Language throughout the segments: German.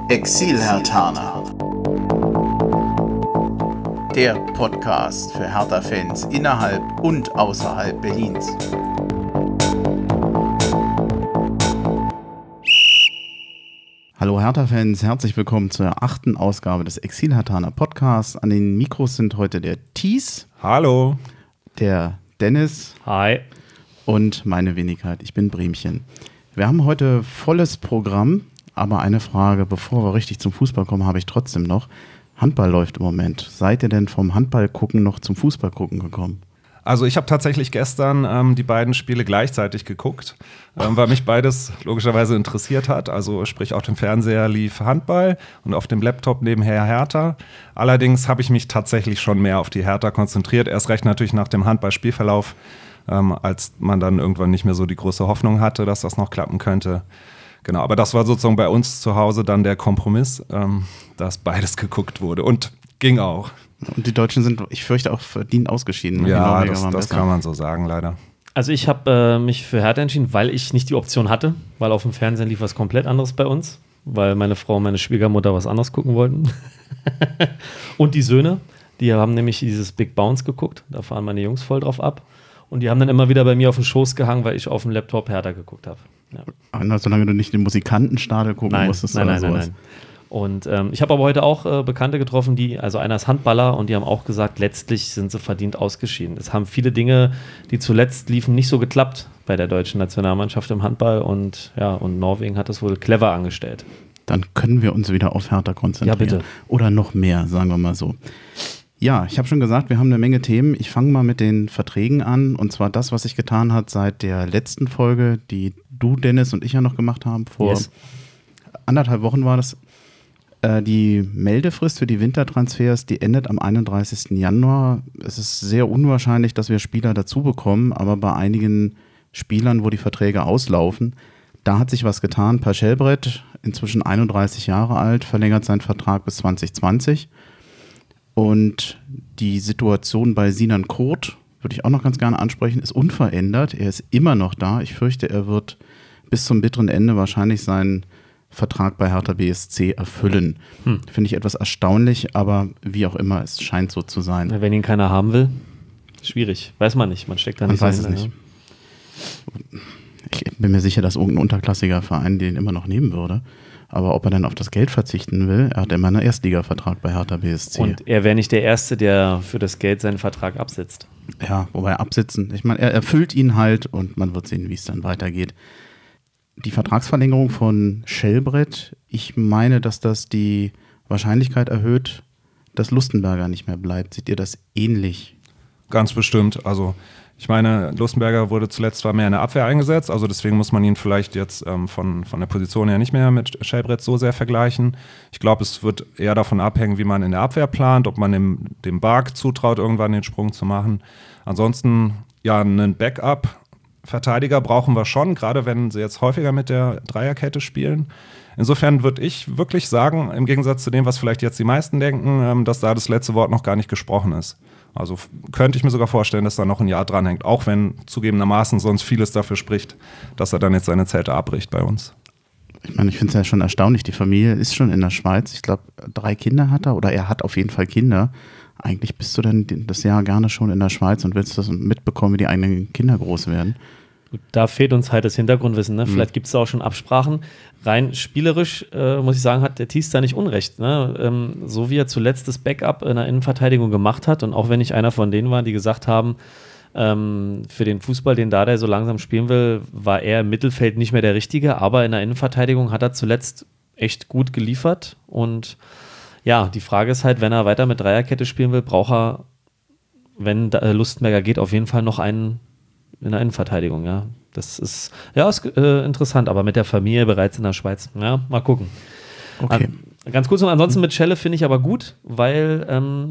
Exil-Herthaner. Der Podcast für Hertha-Fans innerhalb und außerhalb Berlins. Hallo Hertha-Fans, herzlich willkommen zur 8. Ausgabe des Exil-Herthaner Podcasts. An den Mikros sind heute der Thies. Hallo. Der Dennis. Hi. Und meine Wenigkeit, ich bin Bremchen. Wir haben heute volles Programm, aber eine Frage, bevor wir richtig zum Fußball kommen, habe ich trotzdem noch. Handball läuft im Moment. Seid ihr denn vom Handball gucken noch zum Fußball gucken gekommen? Also ich habe tatsächlich gestern die beiden Spiele gleichzeitig geguckt, weil mich beides logischerweise interessiert hat. Also sprich auf dem Fernseher lief Handball und auf dem Laptop nebenher Hertha. Allerdings habe ich mich tatsächlich schon mehr auf die Hertha konzentriert. Erst recht natürlich nach dem Handballspielverlauf, als man dann irgendwann nicht mehr so die große Hoffnung hatte, dass das noch klappen könnte. Genau, aber das war sozusagen bei uns zu Hause dann der Kompromiss, dass beides geguckt wurde und ging auch. Und die Deutschen sind, ich fürchte, auch verdient ausgeschieden. Ja, das kann man so sagen, leider. Also ich habe mich für Hertha entschieden, weil ich nicht die Option hatte, weil auf dem Fernsehen lief was komplett anderes bei uns, weil meine Frau und meine Schwiegermutter was anderes gucken wollten. Und die Söhne, die haben nämlich dieses Big Bounce geguckt, da fahren meine Jungs voll drauf ab. Und die haben dann immer wieder bei mir auf den Schoß gehangen, weil ich auf dem Laptop Hertha geguckt habe. Ja. Solange du nicht den Musikantenstadel gucken musstest oder sowas. Nein. Und ich habe aber heute auch Bekannte getroffen, also einer ist Handballer und die haben auch gesagt, letztlich sind sie verdient ausgeschieden. Es haben viele Dinge, die zuletzt liefen, nicht so geklappt bei der deutschen Nationalmannschaft im Handball und Norwegen hat das wohl clever angestellt. Dann können wir uns wieder auf Hertha konzentrieren. Ja, bitte. Oder noch mehr, sagen wir mal so. Ja, ich habe schon gesagt, wir haben eine Menge Themen. Ich fange mal mit den Verträgen an. Und zwar das, was sich getan hat seit der letzten Folge, die du, Dennis und ich ja noch gemacht haben. Vor 1,5 Wochen war das. Die Meldefrist für die Wintertransfers, die endet am 31. Januar. Es ist sehr unwahrscheinlich, dass wir Spieler dazu bekommen. Aber bei einigen Spielern, wo die Verträge auslaufen, da hat sich was getan. Per Schellbrett, inzwischen 31 Jahre alt, verlängert seinen Vertrag bis 2020. Und die Situation bei Sinan Kurt, würde ich auch noch ganz gerne ansprechen, ist unverändert. Er ist immer noch da. Ich fürchte, er wird bis zum bitteren Ende wahrscheinlich seinen Vertrag bei Hertha BSC erfüllen. Finde ich etwas erstaunlich, aber wie auch immer, es scheint so zu sein. Wenn ihn keiner haben will, schwierig. Weiß man nicht. Man steckt da nicht weiß es nicht. Ich bin mir sicher, dass irgendein unterklassiger Verein den immer noch nehmen würde. Aber ob er dann auf das Geld verzichten will, er hat immer einen Erstligavertrag bei Hertha BSC. Und er wäre nicht der Erste, der für das Geld seinen Vertrag absitzt. Ja, wobei absitzen. Ich meine, er erfüllt ihn halt und man wird sehen, wie es dann weitergeht. Die Vertragsverlängerung von Schellbrett, ich meine, dass das die Wahrscheinlichkeit erhöht, dass Lustenberger nicht mehr bleibt. Seht ihr das ähnlich? Ganz bestimmt. Also ich meine, Lustenberger wurde zuletzt zwar mehr in der Abwehr eingesetzt, also deswegen muss man ihn vielleicht jetzt von der Position her nicht mehr mit Schellbrett so sehr vergleichen. Ich glaube, es wird eher davon abhängen, wie man in der Abwehr plant, ob man dem Bark zutraut, irgendwann den Sprung zu machen. Ansonsten, ja, einen Backup-Verteidiger brauchen wir schon, gerade wenn sie jetzt häufiger mit der Dreierkette spielen. Insofern würde ich wirklich sagen, im Gegensatz zu dem, was vielleicht jetzt die meisten denken, dass da das letzte Wort noch gar nicht gesprochen ist. Also könnte ich mir sogar vorstellen, dass da noch ein Jahr dranhängt, auch wenn zugegebenermaßen sonst vieles dafür spricht, dass er dann jetzt seine Zelte abbricht bei uns. Ich meine, ich finde es ja schon erstaunlich, die Familie ist schon in der Schweiz. Ich glaube, 3 Kinder hat er oder er hat auf jeden Fall Kinder. Eigentlich bist du dann das Jahr gerne schon in der Schweiz und willst das mitbekommen, wie die eigenen Kinder groß werden. Da fehlt uns halt das Hintergrundwissen. Ne? Vielleicht gibt es da auch schon Absprachen. Rein spielerisch, muss ich sagen, hat der Thies da nicht unrecht. Ne? So wie er zuletzt das Backup in der Innenverteidigung gemacht hat und auch wenn ich einer von denen war, die gesagt haben, für den Fußball, den Dardai so langsam spielen will, war er im Mittelfeld nicht mehr der Richtige, aber in der Innenverteidigung hat er zuletzt echt gut geliefert und ja, die Frage ist halt, wenn er weiter mit Dreierkette spielen will, braucht er, wenn Lustenberger geht, auf jeden Fall noch einen in der Innenverteidigung, ja. Das ist interessant, aber mit der Familie bereits in der Schweiz. Ja, mal gucken. Okay. Ganz kurz noch, ansonsten mit Schelle finde ich aber gut, weil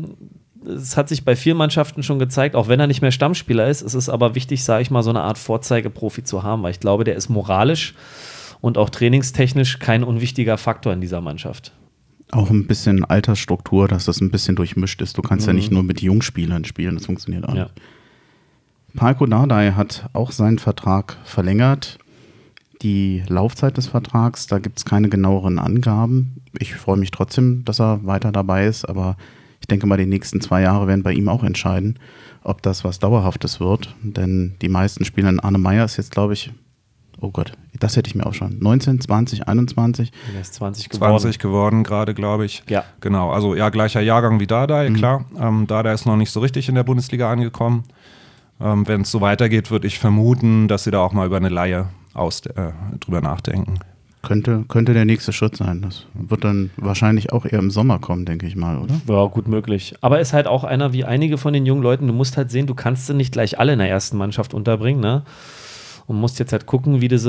es hat sich bei vielen Mannschaften schon gezeigt, auch wenn er nicht mehr Stammspieler ist, es ist aber wichtig, sage ich mal, so eine Art Vorzeigeprofi zu haben, weil ich glaube, der ist moralisch und auch trainingstechnisch kein unwichtiger Faktor in dieser Mannschaft. Auch ein bisschen Altersstruktur, dass das ein bisschen durchmischt ist. Du kannst ja nicht nur mit Jungspielern spielen, das funktioniert auch nicht. Palko Dardai hat auch seinen Vertrag verlängert. Die Laufzeit des Vertrags, da gibt es keine genaueren Angaben. Ich freue mich trotzdem, dass er weiter dabei ist, aber ich denke mal, die nächsten 2 Jahre werden bei ihm auch entscheiden, ob das was Dauerhaftes wird. Denn die meisten Spiele, Arne Meyer ist jetzt, glaube ich, oh Gott, das hätte ich mir auch schon, 19, 20, 21. Er ist 20 geworden. 20 geworden gerade, glaube ich. Ja. Genau, also ja, gleicher Jahrgang wie Dardai, klar. Dardai ist noch nicht so richtig in der Bundesliga angekommen. Wenn es so weitergeht, würde ich vermuten, dass sie da auch mal über eine Leihe drüber nachdenken. Könnte der nächste Schritt sein. Das wird dann wahrscheinlich auch eher im Sommer kommen, denke ich mal, oder? Ja, gut möglich. Aber ist halt auch einer wie einige von den jungen Leuten, du musst halt sehen, du kannst sie nicht gleich alle in der ersten Mannschaft unterbringen, ne? Und musst jetzt halt gucken, wie du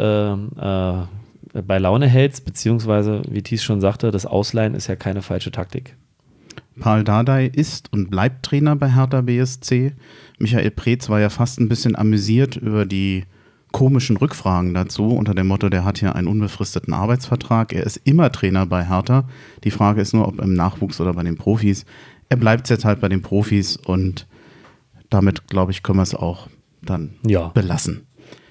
sie bei Laune hältst, beziehungsweise, wie Thies schon sagte, das Ausleihen ist ja keine falsche Taktik. Paul Dardai ist und bleibt Trainer bei Hertha BSC. Michael Preetz war ja fast ein bisschen amüsiert über die komischen Rückfragen dazu, unter dem Motto, der hat hier einen unbefristeten Arbeitsvertrag. Er ist immer Trainer bei Hertha. Die Frage ist nur, ob im Nachwuchs oder bei den Profis. Er bleibt jetzt halt bei den Profis und damit, glaube ich, können wir es auch dann belassen.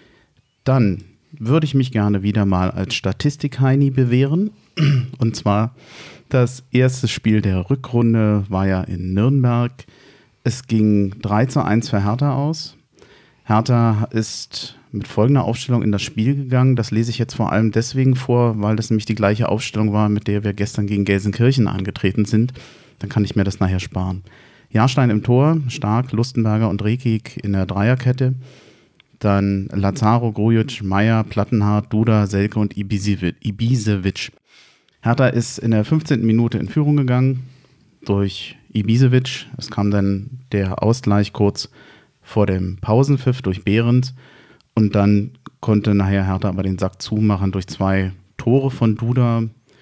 Dann würde ich mich gerne wieder mal als Statistik-Heini bewähren. Und zwar das erste Spiel der Rückrunde war ja in Nürnberg. Es ging 3:1 für Hertha aus. Hertha ist mit folgender Aufstellung in das Spiel gegangen. Das lese ich jetzt vor allem deswegen vor, weil das nämlich die gleiche Aufstellung war, mit der wir gestern gegen Gelsenkirchen angetreten sind. Dann kann ich mir das nachher sparen. Jahrstein im Tor, Stark, Lustenberger und Rekik in der Dreierkette. Dann Lazaro, Grujic, Meier, Plattenhardt, Duda, Selke und Ibisevic. Hertha ist in der 15. Minute in Führung gegangen durch Ibisevic. Es kam dann der Ausgleich kurz vor dem Pausenpfiff durch Behrens. Und dann konnte nachher Hertha aber den Sack zumachen durch 2 Tore von Duda.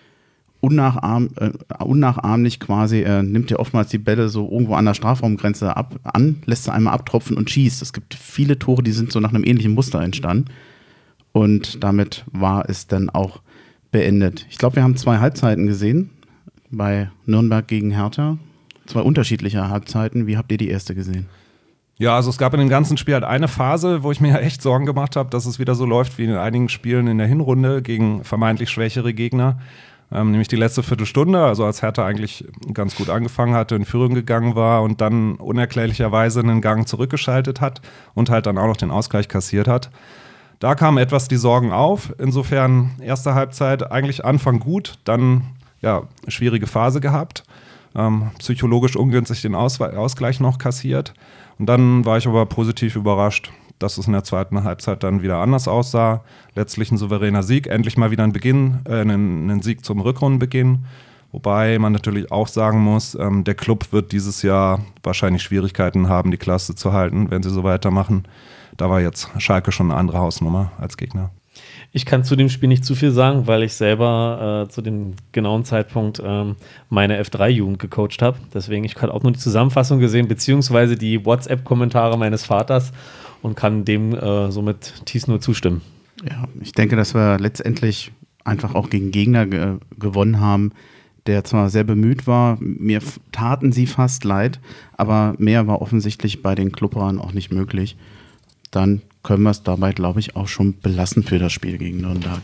Unnachahmlich quasi. Er nimmt ja oftmals die Bälle so irgendwo an der Strafraumgrenze lässt sie einmal abtropfen und schießt. Es gibt viele Tore, die sind so nach einem ähnlichen Muster entstanden. Und damit war es dann auch beendet. Ich glaube, wir haben 2 Halbzeiten gesehen bei Nürnberg gegen Hertha. 2 unterschiedliche Halbzeiten. Wie habt ihr die erste gesehen? Ja, also es gab in dem ganzen Spiel halt eine Phase, wo ich mir echt Sorgen gemacht habe, dass es wieder so läuft wie in einigen Spielen in der Hinrunde gegen vermeintlich schwächere Gegner. Nämlich die letzte Viertelstunde, also als Hertha eigentlich ganz gut angefangen hatte, in Führung gegangen war und dann unerklärlicherweise einen Gang zurückgeschaltet hat und halt dann auch noch den Ausgleich kassiert hat. Da kamen etwas die Sorgen auf. Insofern erste Halbzeit eigentlich Anfang gut, dann ja schwierige Phase gehabt. Psychologisch ungünstig den Ausgleich noch kassiert. Und dann war ich aber positiv überrascht, dass es in der zweiten Halbzeit dann wieder anders aussah. Letztlich ein souveräner Sieg, endlich mal wieder ein Sieg zum Rückrundenbeginn. Wobei man natürlich auch sagen muss, der Club wird dieses Jahr wahrscheinlich Schwierigkeiten haben, die Klasse zu halten, wenn sie so weitermachen. Da war jetzt Schalke schon eine andere Hausnummer als Gegner. Ich kann zu dem Spiel nicht zu viel sagen, weil ich selber zu dem genauen Zeitpunkt meine F3-Jugend gecoacht habe. Deswegen, ich habe auch nur die Zusammenfassung gesehen, beziehungsweise die WhatsApp-Kommentare meines Vaters und kann dem somit Thies nur zustimmen. Ja, ich denke, dass wir letztendlich einfach auch gegen Gegner gewonnen haben, der zwar sehr bemüht war, mir taten sie fast leid, aber mehr war offensichtlich bei den Klubberern auch nicht möglich. Dann können wir es dabei, glaube ich, auch schon belassen für das Spiel gegen Nürnberg.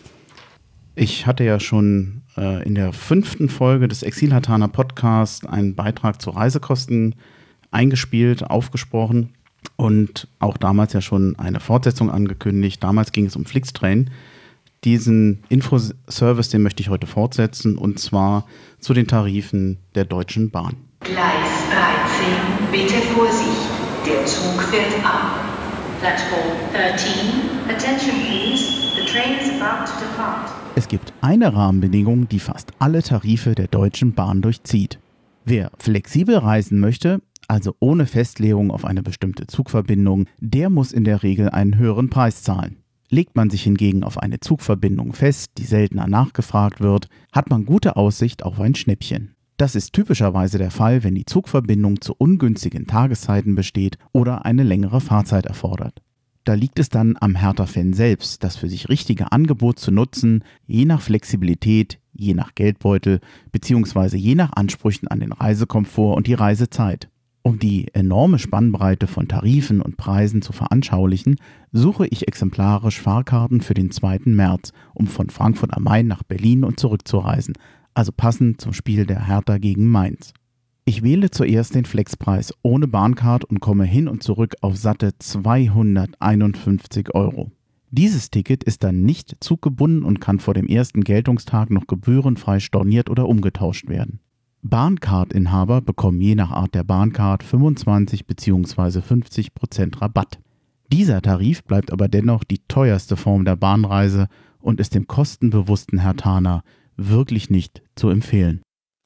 Ich hatte ja schon in der 5. Folge des Exil-Hatana Podcast einen Beitrag zu Reisekosten eingespielt, aufgesprochen und auch damals ja schon eine Fortsetzung angekündigt. Damals ging es um Flixtrain. Diesen Infoservice, den möchte ich heute fortsetzen, und zwar zu den Tarifen der Deutschen Bahn. Gleis 13, bitte Vorsicht, der Zug fährt ab. Platform 13, attention please, the train is about to depart. Es gibt eine Rahmenbedingung, die fast alle Tarife der Deutschen Bahn durchzieht. Wer flexibel reisen möchte, also ohne Festlegung auf eine bestimmte Zugverbindung, der muss in der Regel einen höheren Preis zahlen. Legt man sich hingegen auf eine Zugverbindung fest, die seltener nachgefragt wird, hat man gute Aussicht auf ein Schnäppchen. Das ist typischerweise der Fall, wenn die Zugverbindung zu ungünstigen Tageszeiten besteht oder eine längere Fahrzeit erfordert. Da liegt es dann am Hertha-Fan selbst, das für sich richtige Angebot zu nutzen, je nach Flexibilität, je nach Geldbeutel bzw. je nach Ansprüchen an den Reisekomfort und die Reisezeit. Um die enorme Spannbreite von Tarifen und Preisen zu veranschaulichen, suche ich exemplarisch Fahrkarten für den 2. März, um von Frankfurt am Main nach Berlin und zurückzureisen, also passend zum Spiel der Hertha gegen Mainz. Ich wähle zuerst den Flexpreis ohne Bahncard und komme hin und zurück auf satte 251 €. Dieses Ticket ist dann nicht zuggebunden und kann vor dem ersten Geltungstag noch gebührenfrei storniert oder umgetauscht werden. Bahncard-Inhaber bekommen je nach Art der Bahncard 25 bzw. 50% Rabatt. Dieser Tarif bleibt aber dennoch die teuerste Form der Bahnreise und ist dem kostenbewussten Herthaner wirklich nicht zu empfehlen.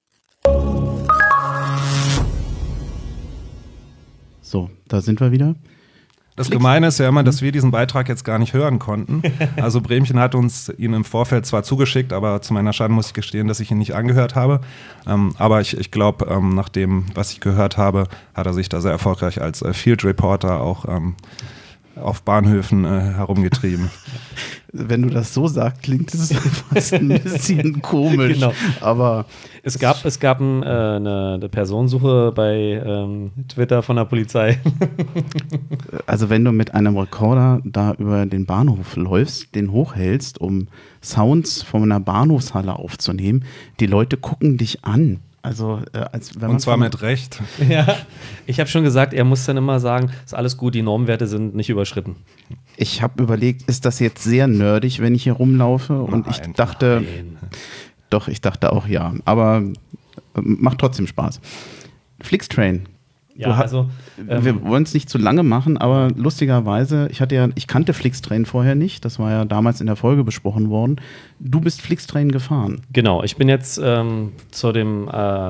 So, da sind wir wieder. Das Gemeine ist ja immer, dass wir diesen Beitrag jetzt gar nicht hören konnten. Also Bremchen hat uns ihn im Vorfeld zwar zugeschickt, aber zu meiner Schande muss ich gestehen, dass ich ihn nicht angehört habe. Aber ich glaube, nach dem, was ich gehört habe, hat er sich da sehr erfolgreich als Field Reporter auch auf Bahnhöfen herumgetrieben. Wenn du das so sagst, klingt es fast ein bisschen komisch. Genau. Aber es gab eine Personensuche bei Twitter von der Polizei. also wenn du mit einem Rekorder da über den Bahnhof läufst, den hochhältst, um Sounds von einer Bahnhofshalle aufzunehmen, die Leute gucken dich an. Also, als wenn man und zwar mit Recht. Ja, ich habe schon gesagt, er muss dann immer sagen, ist alles gut, die Normwerte sind nicht überschritten. Ich habe überlegt, ist das jetzt sehr nerdig, wenn ich hier rumlaufe? Und ich dachte, doch, ich dachte auch ja. Aber macht trotzdem Spaß. Flixtrain. Ja, wir wollen es nicht zu lange machen, aber lustigerweise, ich kannte Flixtrain vorher nicht, das war ja damals in der Folge besprochen worden. Du bist Flixtrain gefahren. Genau, ich bin jetzt zu dem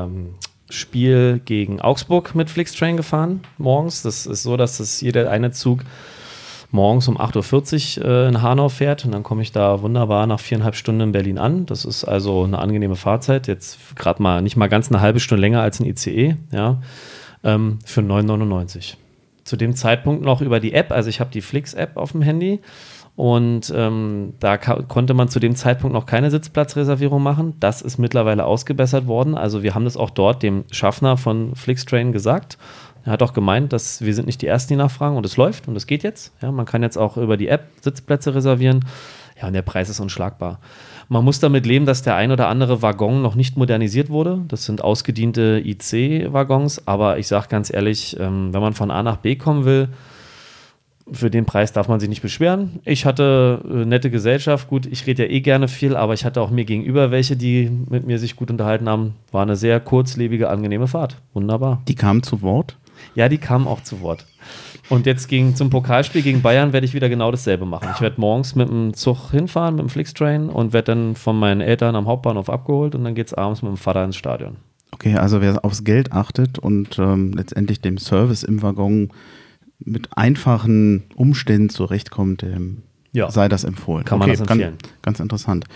Spiel gegen Augsburg mit Flixtrain gefahren, morgens. Das ist so, dass das jeder eine Zug morgens um 8.40 Uhr in Hanau fährt und dann komme ich da wunderbar nach 4,5 Stunden in Berlin an. Das ist also eine angenehme Fahrzeit, jetzt gerade mal nicht mal ganz eine halbe Stunde länger als ein ICE, ja. Für 9,99 €. Zu dem Zeitpunkt noch über die App, also ich habe die Flix-App auf dem Handy und da konnte man zu dem Zeitpunkt noch keine Sitzplatzreservierung machen. Das ist mittlerweile ausgebessert worden. Also wir haben das auch dort dem Schaffner von Flixtrain gesagt. Er hat auch gemeint, dass wir sind nicht die Ersten, die nachfragen und es läuft und es geht jetzt. Ja, man kann jetzt auch über die App Sitzplätze reservieren. Ja, und der Preis ist unschlagbar. Man muss damit leben, dass der ein oder andere Waggon noch nicht modernisiert wurde. Das sind ausgediente IC-Waggons, aber ich sage ganz ehrlich, wenn man von A nach B kommen will, für den Preis darf man sich nicht beschweren. Ich hatte nette Gesellschaft, gut, ich rede ja eh gerne viel, aber ich hatte auch mir gegenüber welche, die mit mir sich gut unterhalten haben. War eine sehr kurzlebige, angenehme Fahrt. Wunderbar. Die kamen zu Wort? Ja, die kamen auch zu Wort. Und jetzt zum Pokalspiel gegen Bayern werde ich wieder genau dasselbe machen. Ich werde morgens mit dem Zug hinfahren, mit dem Flixtrain und werde dann von meinen Eltern am Hauptbahnhof abgeholt und dann geht es abends mit dem Vater ins Stadion. Okay, also wer aufs Geld achtet und letztendlich dem Service im Waggon mit einfachen Umständen zurechtkommt, sei das empfohlen. Kann man das empfehlen. Ganz interessant.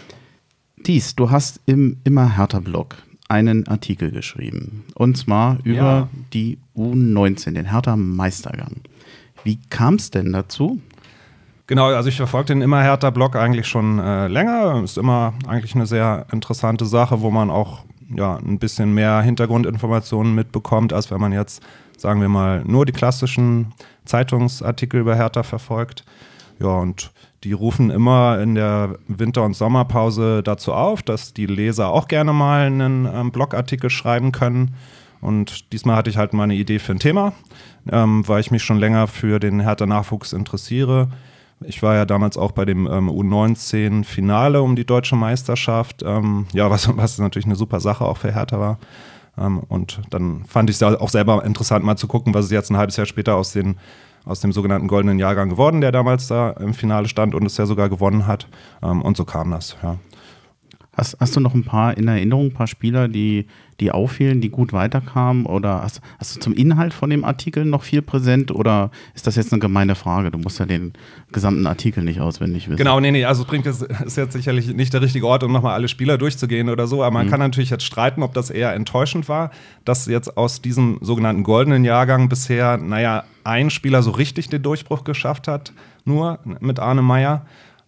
Dies, du hast im Immer Hertha-Blog einen Artikel geschrieben. Und zwar über die U19, den Hertha-Meistergang. Wie kam es denn dazu? Genau, also ich verfolge den Immer Hertha-Blog eigentlich schon länger. Ist immer eigentlich eine sehr interessante Sache, wo man auch ein bisschen mehr Hintergrundinformationen mitbekommt, als wenn man jetzt, sagen wir mal, nur die klassischen Zeitungsartikel über Hertha verfolgt. Ja, und die rufen immer in der Winter- und Sommerpause dazu auf, dass die Leser auch gerne mal einen Blogartikel schreiben können. Und diesmal hatte ich halt mal eine Idee für ein Thema, weil ich mich schon länger für den Hertha-Nachwuchs interessiere. Ich war ja damals auch bei dem U19-Finale um die deutsche Meisterschaft, was natürlich eine super Sache auch für Hertha war. Und dann fand ich es auch selber interessant, mal zu gucken, was es jetzt ein halbes Jahr später aus dem sogenannten goldenen Jahrgang geworden, der damals da im Finale stand und es ja sogar gewonnen hat. Und so kam das, ja. Hast du noch ein paar in Erinnerung, ein paar Spieler, die auffielen, die gut weiterkamen? Oder hast du zum Inhalt von dem Artikel noch viel präsent? Oder ist das jetzt eine gemeine Frage? Du musst ja den gesamten Artikel nicht auswendig wissen. Genau, nee, also ist jetzt sicherlich nicht der richtige Ort, um nochmal alle Spieler durchzugehen oder so. Aber man kann natürlich jetzt streiten, ob das eher enttäuschend war, dass jetzt aus diesem sogenannten goldenen Jahrgang bisher, ein Spieler so richtig den Durchbruch geschafft hat, nur mit Arne Meyer.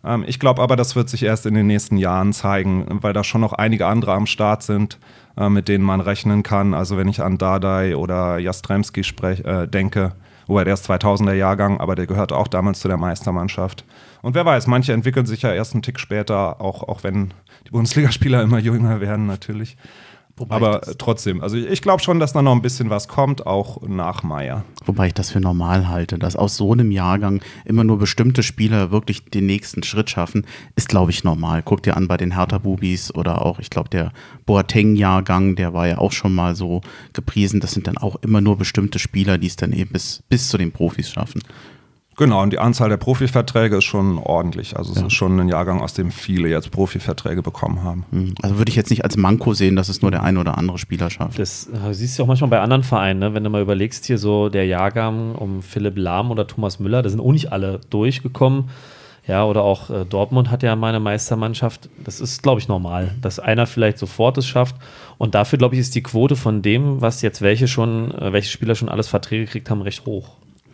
Ich glaube aber, das wird sich erst in den nächsten Jahren zeigen, weil da schon noch einige andere am Start sind, mit denen man rechnen kann. Also wenn ich an Dardai oder Jastrzębski denke, wobei der ist 2000er Jahrgang, aber der gehört auch damals zu der Meistermannschaft. Und wer weiß, manche entwickeln sich ja erst einen Tick später, auch wenn die Bundesligaspieler immer jünger werden natürlich. Aber trotzdem, also ich glaube schon, dass da noch ein bisschen was kommt, auch nach Meier. Wobei ich das für normal halte, dass aus so einem Jahrgang immer nur bestimmte Spieler wirklich den nächsten Schritt schaffen, ist, glaube ich, normal. Guck dir an bei den Hertha-Bubis oder auch, ich glaube, der Boateng-Jahrgang, der war ja auch schon mal so gepriesen. Das sind dann auch immer nur bestimmte Spieler, die es dann eben bis zu den Profis schaffen. Genau, und die Anzahl der Profiverträge ist schon ordentlich. Also es ist schon ein Jahrgang, aus dem viele jetzt Profiverträge bekommen haben. Also würde ich jetzt nicht als Manko sehen, dass es nur der ein oder andere Spieler schafft. Das siehst du auch manchmal bei anderen Vereinen, ne? Wenn du mal überlegst, hier so der Jahrgang um Philipp Lahm oder Thomas Müller, da sind auch nicht alle durchgekommen. Ja, oder auch Dortmund hat ja meine Meistermannschaft. Das ist, glaube ich, normal, dass einer vielleicht sofort es schafft. Und dafür, glaube ich, ist die Quote von dem, was jetzt welche Spieler schon alles Verträge gekriegt haben, recht hoch.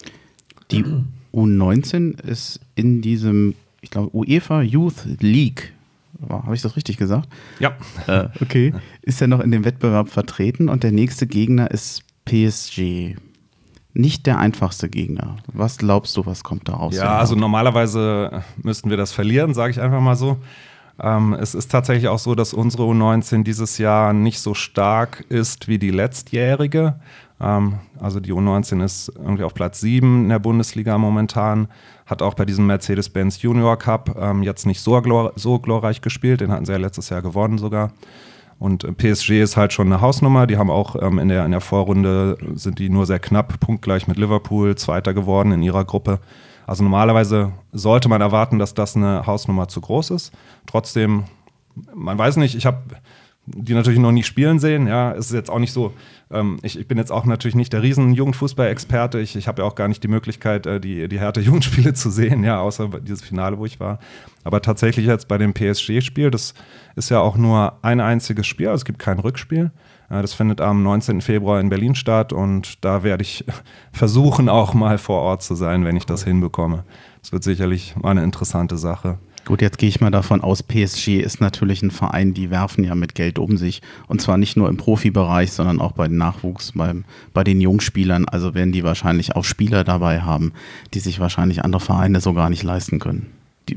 Die U19 ist in diesem, ich glaube, UEFA Youth League. Habe ich das richtig gesagt? Ja. Okay. Ist ja noch in dem Wettbewerb vertreten und der nächste Gegner ist PSG. Nicht der einfachste Gegner. Was glaubst du, was kommt da raus? Ja, also normalerweise müssten wir das verlieren, sage ich einfach mal so. Es ist tatsächlich auch so, dass unsere U19 dieses Jahr nicht so stark ist wie die letztjährige. Also die U19 ist irgendwie auf Platz 7 in der Bundesliga momentan, hat auch bei diesem Mercedes-Benz Junior Cup jetzt nicht so glorreich gespielt, den hatten sie ja letztes Jahr gewonnen sogar. Und PSG ist halt schon eine Hausnummer, die haben auch in der Vorrunde, sind die nur sehr knapp punktgleich mit Liverpool, Zweiter geworden in ihrer Gruppe. Also normalerweise sollte man erwarten, dass das eine Hausnummer zu groß ist. Trotzdem, man weiß nicht, ich habe die natürlich noch nie spielen sehen. Ja, es ist jetzt auch nicht so, ich bin jetzt auch natürlich nicht der riesen Jugendfußball-Experte. Ich habe ja auch gar nicht die Möglichkeit, die Hertha-Jugendspiele zu sehen, ja, außer dieses Finale, wo ich war. Aber tatsächlich jetzt bei dem PSG-Spiel, das ist ja auch nur ein einziges Spiel, also es gibt kein Rückspiel. Das findet am 19. Februar in Berlin statt und da werde ich versuchen, auch mal vor Ort zu sein, wenn ich das hinbekomme. Das wird sicherlich mal eine interessante Sache. Gut, jetzt gehe ich mal davon aus, PSG ist natürlich ein Verein, die werfen ja mit Geld um sich. Und zwar nicht nur im Profibereich, sondern auch bei den Nachwuchs, bei den Jungspielern. Also werden die wahrscheinlich auch Spieler dabei haben, die sich wahrscheinlich andere Vereine so gar nicht leisten können.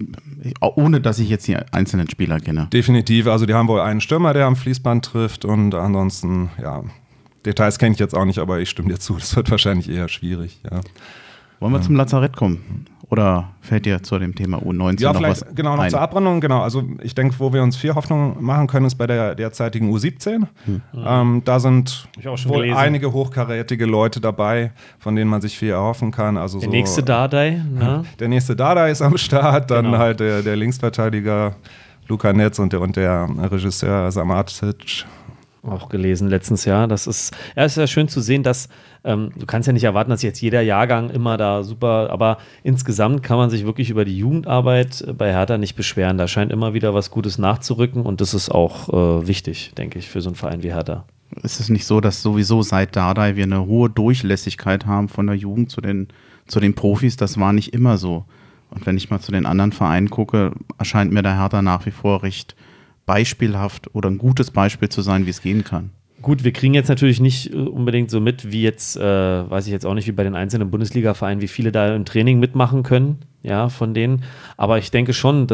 Ohne, dass ich jetzt die einzelnen Spieler kenne. Definitiv, also die haben wohl einen Stürmer, der am Fließband trifft und ansonsten, ja, Details kenne ich jetzt auch nicht, aber ich stimme dir zu, das wird wahrscheinlich eher schwierig, ja. Wollen wir zum Lazarett kommen? Oder fällt dir zu dem Thema U19 ja, noch vielleicht was genau noch ein? zur Abrundung, genau. Also ich denke, wo wir uns viel Hoffnung machen können, ist bei der derzeitigen U17. Da sind wohl einige hochkarätige Leute dabei, von denen man sich viel erhoffen kann. Also der nächste Dardai, ne? Der nächste Dardai ist am Start, dann halt der Linksverteidiger Luca Netz und der Regisseur Samatic. Auch gelesen letztens Jahr. Das ist ja schön zu sehen, dass du kannst ja nicht erwarten, dass jetzt jeder Jahrgang immer da super, aber insgesamt kann man sich wirklich über die Jugendarbeit bei Hertha nicht beschweren. Da scheint immer wieder was Gutes nachzurücken und das ist auch wichtig, denke ich, für so einen Verein wie Hertha. Ist es nicht so, dass sowieso seit Dardai wir eine hohe Durchlässigkeit haben von der Jugend zu den Profis? Das war nicht immer so. Und wenn ich mal zu den anderen Vereinen gucke, erscheint mir der Hertha nach wie vor recht beispielhaft oder ein gutes Beispiel zu sein, wie es gehen kann. Gut, wir kriegen jetzt natürlich nicht unbedingt so mit, wie jetzt, weiß ich jetzt auch nicht, wie bei den einzelnen Bundesliga-Vereinen, wie viele da im Training mitmachen können, ja, von denen. Aber ich denke schon,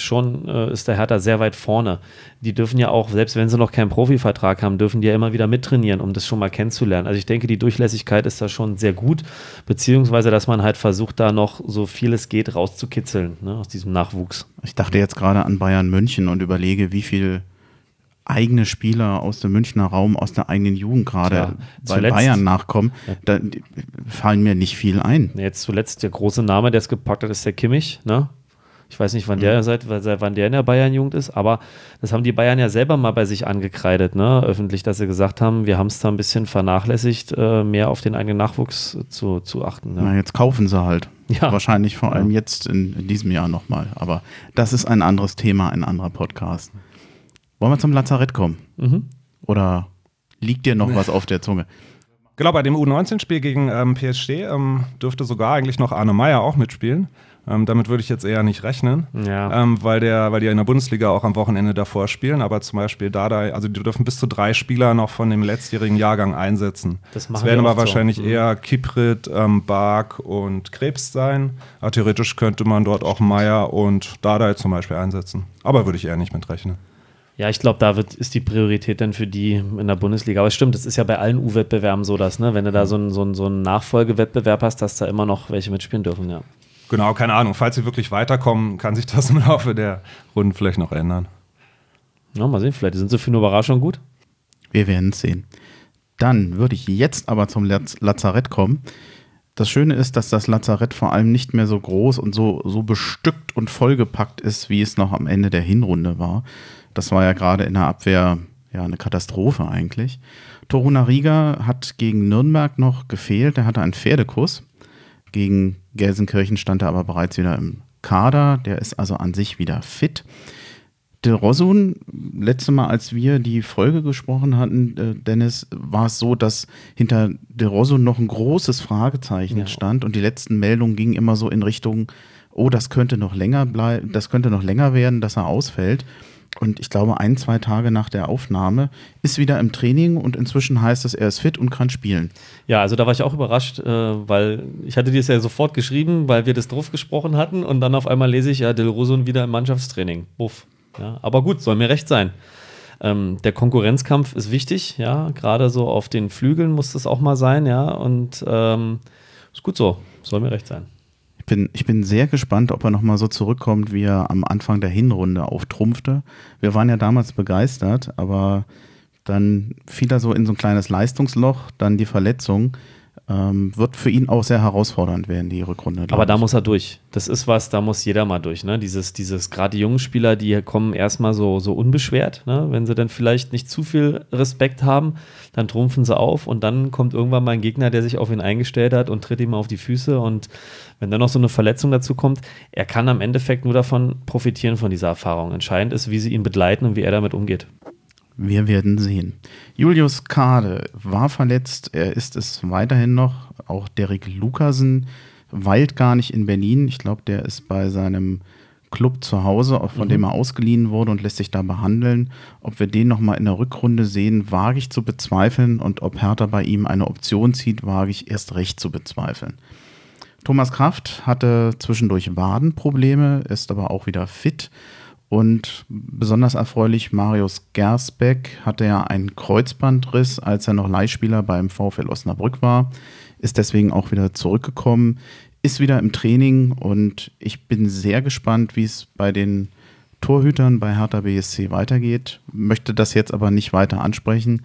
ist der Hertha sehr weit vorne. Die dürfen ja auch, selbst wenn sie noch keinen Profivertrag haben, dürfen die ja immer wieder mittrainieren, um das schon mal kennenzulernen. Also ich denke, die Durchlässigkeit ist da schon sehr gut, beziehungsweise, dass man halt versucht, da noch so viel es geht rauszukitzeln, ne, aus diesem Nachwuchs. Ich dachte jetzt gerade an Bayern München und überlege, wie viel eigene Spieler aus dem Münchner Raum, aus der eigenen Jugend gerade bei Bayern nachkommen, da fallen mir nicht viel ein. Jetzt zuletzt der große Name, der es gepackt hat, ist der Kimmich, ne? Ich weiß nicht, wann seit wann der in der Bayern-Jugend ist, aber das haben die Bayern ja selber mal bei sich angekreidet, ne? Öffentlich, dass sie gesagt haben, wir haben es da ein bisschen vernachlässigt, mehr auf den eigenen Nachwuchs zu achten. Ne? Na, jetzt kaufen sie halt. Ja. Wahrscheinlich vor allem jetzt in diesem Jahr nochmal. Aber das ist ein anderes Thema, ein anderer Podcast. Wollen wir zum Lazarett kommen? Oder liegt dir noch was auf der Zunge? Genau, bei dem U19-Spiel gegen PSG dürfte sogar eigentlich noch Arne Meyer auch mitspielen. Damit würde ich jetzt eher nicht rechnen, Ja. weil die ja in der Bundesliga auch am Wochenende davor spielen. Aber zum Beispiel Dardai, also die dürfen bis zu 3 Spieler noch von dem letztjährigen Jahrgang einsetzen. Das machen Es werden die aber oft so. wahrscheinlich eher Kiprit, Bark und Krebs sein. Aber theoretisch könnte man dort auch Meier und Dardai zum Beispiel einsetzen. Aber würde ich eher nicht mit rechnen. Ja, ich glaube, da ist die Priorität dann für die in der Bundesliga. Aber es stimmt, es ist ja bei allen U-Wettbewerben so, dass, ne, wenn du da so einen Nachfolgewettbewerb hast, dass da immer noch welche mitspielen dürfen, ja. Genau, keine Ahnung. Falls sie wirklich weiterkommen, kann sich das im Laufe der Runden vielleicht noch ändern. Ja, mal sehen, vielleicht sind sie für eine Überraschung gut. Wir werden es sehen. Dann würde ich jetzt aber zum Lazarett kommen. Das Schöne ist, dass das Lazarett vor allem nicht mehr so groß und so bestückt und vollgepackt ist, wie es noch am Ende der Hinrunde war. Das war ja gerade in der Abwehr ja eine Katastrophe eigentlich. Torunariga hat gegen Nürnberg noch gefehlt. Er hatte einen Pferdekuss. Gegen Gelsenkirchen stand er aber bereits wieder im Kader. Der ist also an sich wieder fit. De Rosun, letztes Mal, als wir die Folge gesprochen hatten, Dennis, war es so, dass hinter De Rosun noch ein großes Fragezeichen stand und die letzten Meldungen gingen immer so in Richtung, oh, das könnte noch länger bleiben, das könnte noch länger werden, dass er ausfällt. Und ich glaube, 1-2 Tage nach der Aufnahme ist wieder im Training und inzwischen heißt es, er ist fit und kann spielen. Ja, also da war ich auch überrascht, weil ich hatte dir das ja sofort geschrieben, weil wir das drauf gesprochen hatten und dann auf einmal lese ich, ja, Del Rosun wieder im Mannschaftstraining. Buff. Ja, aber gut, soll mir recht sein. Der Konkurrenzkampf ist wichtig, ja, gerade so auf den Flügeln muss das auch mal sein, ja, und ist gut so, soll mir recht sein. Ich bin sehr gespannt, ob er nochmal so zurückkommt, wie er am Anfang der Hinrunde auftrumpfte. Wir waren ja damals begeistert, aber dann fiel er so in so ein kleines Leistungsloch, dann die Verletzung. Wird für ihn auch sehr herausfordernd werden, die Rückrunde. Aber da muss er durch. Das ist was, da muss jeder mal durch. Ne? Gerade die jungen Spieler, die kommen erstmal so unbeschwert. Ne? Wenn sie dann vielleicht nicht zu viel Respekt haben, dann trumpfen sie auf und dann kommt irgendwann mal ein Gegner, der sich auf ihn eingestellt hat und tritt ihm auf die Füße. Und wenn dann noch so eine Verletzung dazu kommt, er kann am Endeffekt nur davon profitieren, von dieser Erfahrung. Entscheidend ist, wie sie ihn begleiten und wie er damit umgeht. Wir werden sehen. Julius Kade war verletzt, er ist es weiterhin noch. Auch Derek Lucasen weilt gar nicht in Berlin. Ich glaube, der ist bei seinem Club zu Hause, von dem er ausgeliehen wurde und lässt sich da behandeln. Ob wir den nochmal in der Rückrunde sehen, wage ich zu bezweifeln. Und ob Hertha bei ihm eine Option zieht, wage ich erst recht zu bezweifeln. Thomas Kraft hatte zwischendurch Wadenprobleme, ist aber auch wieder fit. Und besonders erfreulich, Marius Gersbeck hatte ja einen Kreuzbandriss, als er noch Leihspieler beim VfL Osnabrück war, ist deswegen auch wieder zurückgekommen, ist wieder im Training und ich bin sehr gespannt, wie es bei den Torhütern bei Hertha BSC weitergeht, möchte das jetzt aber nicht weiter ansprechen.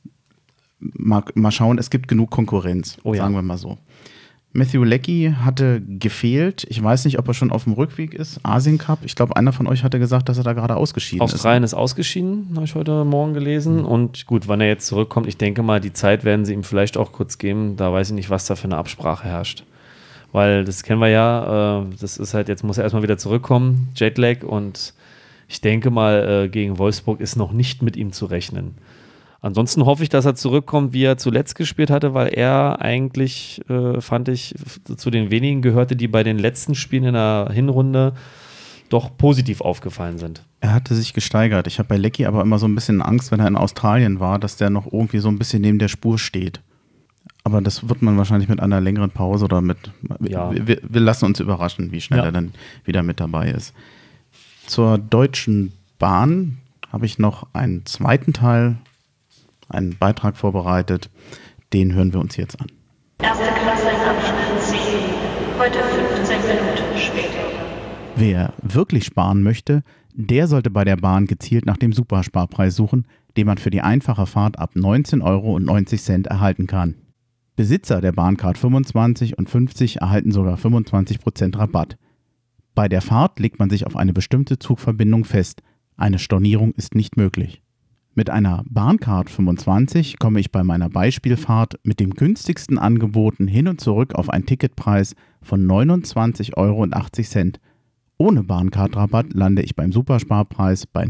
Mal schauen, es gibt genug Konkurrenz, sagen wir mal so. Matthew Leckie hatte gefehlt. Ich weiß nicht, ob er schon auf dem Rückweg ist. Asien Cup. Ich glaube, einer von euch hatte gesagt, dass er da gerade ausgeschieden ist. Australien ist ausgeschieden, habe ich heute Morgen gelesen. Und gut, wann er jetzt zurückkommt, ich denke mal, die Zeit werden sie ihm vielleicht auch kurz geben. Da weiß ich nicht, was da für eine Absprache herrscht. Weil das kennen wir ja. Das ist halt, jetzt muss er erstmal wieder zurückkommen. Jetlag. Und ich denke mal, gegen Wolfsburg ist noch nicht mit ihm zu rechnen. Ansonsten hoffe ich, dass er zurückkommt, wie er zuletzt gespielt hatte, weil er eigentlich, fand ich, zu den wenigen gehörte, die bei den letzten Spielen in der Hinrunde doch positiv aufgefallen sind. Er hatte sich gesteigert. Ich habe bei Leckie aber immer so ein bisschen Angst, wenn er in Australien war, dass der noch irgendwie so ein bisschen neben der Spur steht. Aber das wird man wahrscheinlich mit einer längeren Pause oder mit... Ja. Wir lassen uns überraschen, wie schnell er dann wieder mit dabei ist. Zur Deutschen Bahn habe ich noch einen zweiten Teil, einen Beitrag vorbereitet. Den hören wir uns jetzt an. Erste Klasse in Abschnitt 10. Heute 15 Minuten später. Wer wirklich sparen möchte, der sollte bei der Bahn gezielt nach dem Supersparpreis suchen, den man für die einfache Fahrt ab 19,90 € erhalten kann. Besitzer der Bahncard 25 und 50 erhalten sogar 25% Rabatt. Bei der Fahrt legt man sich auf eine bestimmte Zugverbindung fest. Eine Stornierung ist nicht möglich. Mit einer Bahncard 25 komme ich bei meiner Beispielfahrt mit dem günstigsten Angeboten hin und zurück auf einen Ticketpreis von 29,80 €. Ohne Bahncard-Rabatt lande ich beim Supersparpreis bei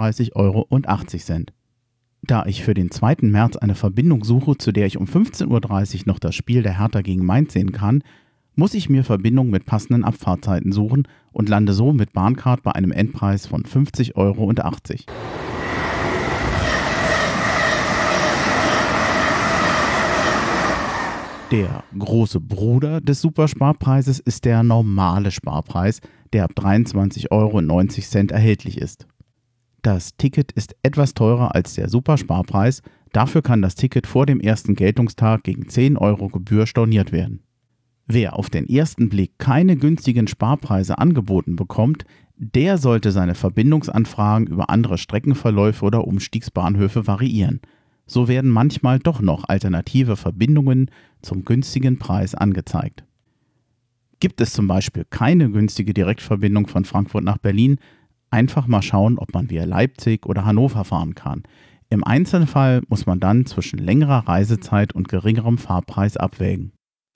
39,80 €. Da ich für den 2. März eine Verbindung suche, zu der ich um 15:30 Uhr noch das Spiel der Hertha gegen Mainz sehen kann, muss ich mir Verbindungen mit passenden Abfahrtzeiten suchen und lande so mit Bahncard bei einem Endpreis von 50,80 Euro. Der große Bruder des Supersparpreises ist der normale Sparpreis, der ab 23,90 Euro erhältlich ist. Das Ticket ist etwas teurer als der Supersparpreis, dafür kann das Ticket vor dem ersten Geltungstag gegen 10 Euro Gebühr storniert werden. Wer auf den ersten Blick keine günstigen Sparpreise angeboten bekommt, der sollte seine Verbindungsanfragen über andere Streckenverläufe oder Umstiegsbahnhöfe variieren. So werden manchmal doch noch alternative Verbindungen zum günstigen Preis angezeigt. Gibt es zum Beispiel keine günstige Direktverbindung von Frankfurt nach Berlin, einfach mal schauen, ob man via Leipzig oder Hannover fahren kann. Im Einzelfall muss man dann zwischen längerer Reisezeit und geringerem Fahrpreis abwägen.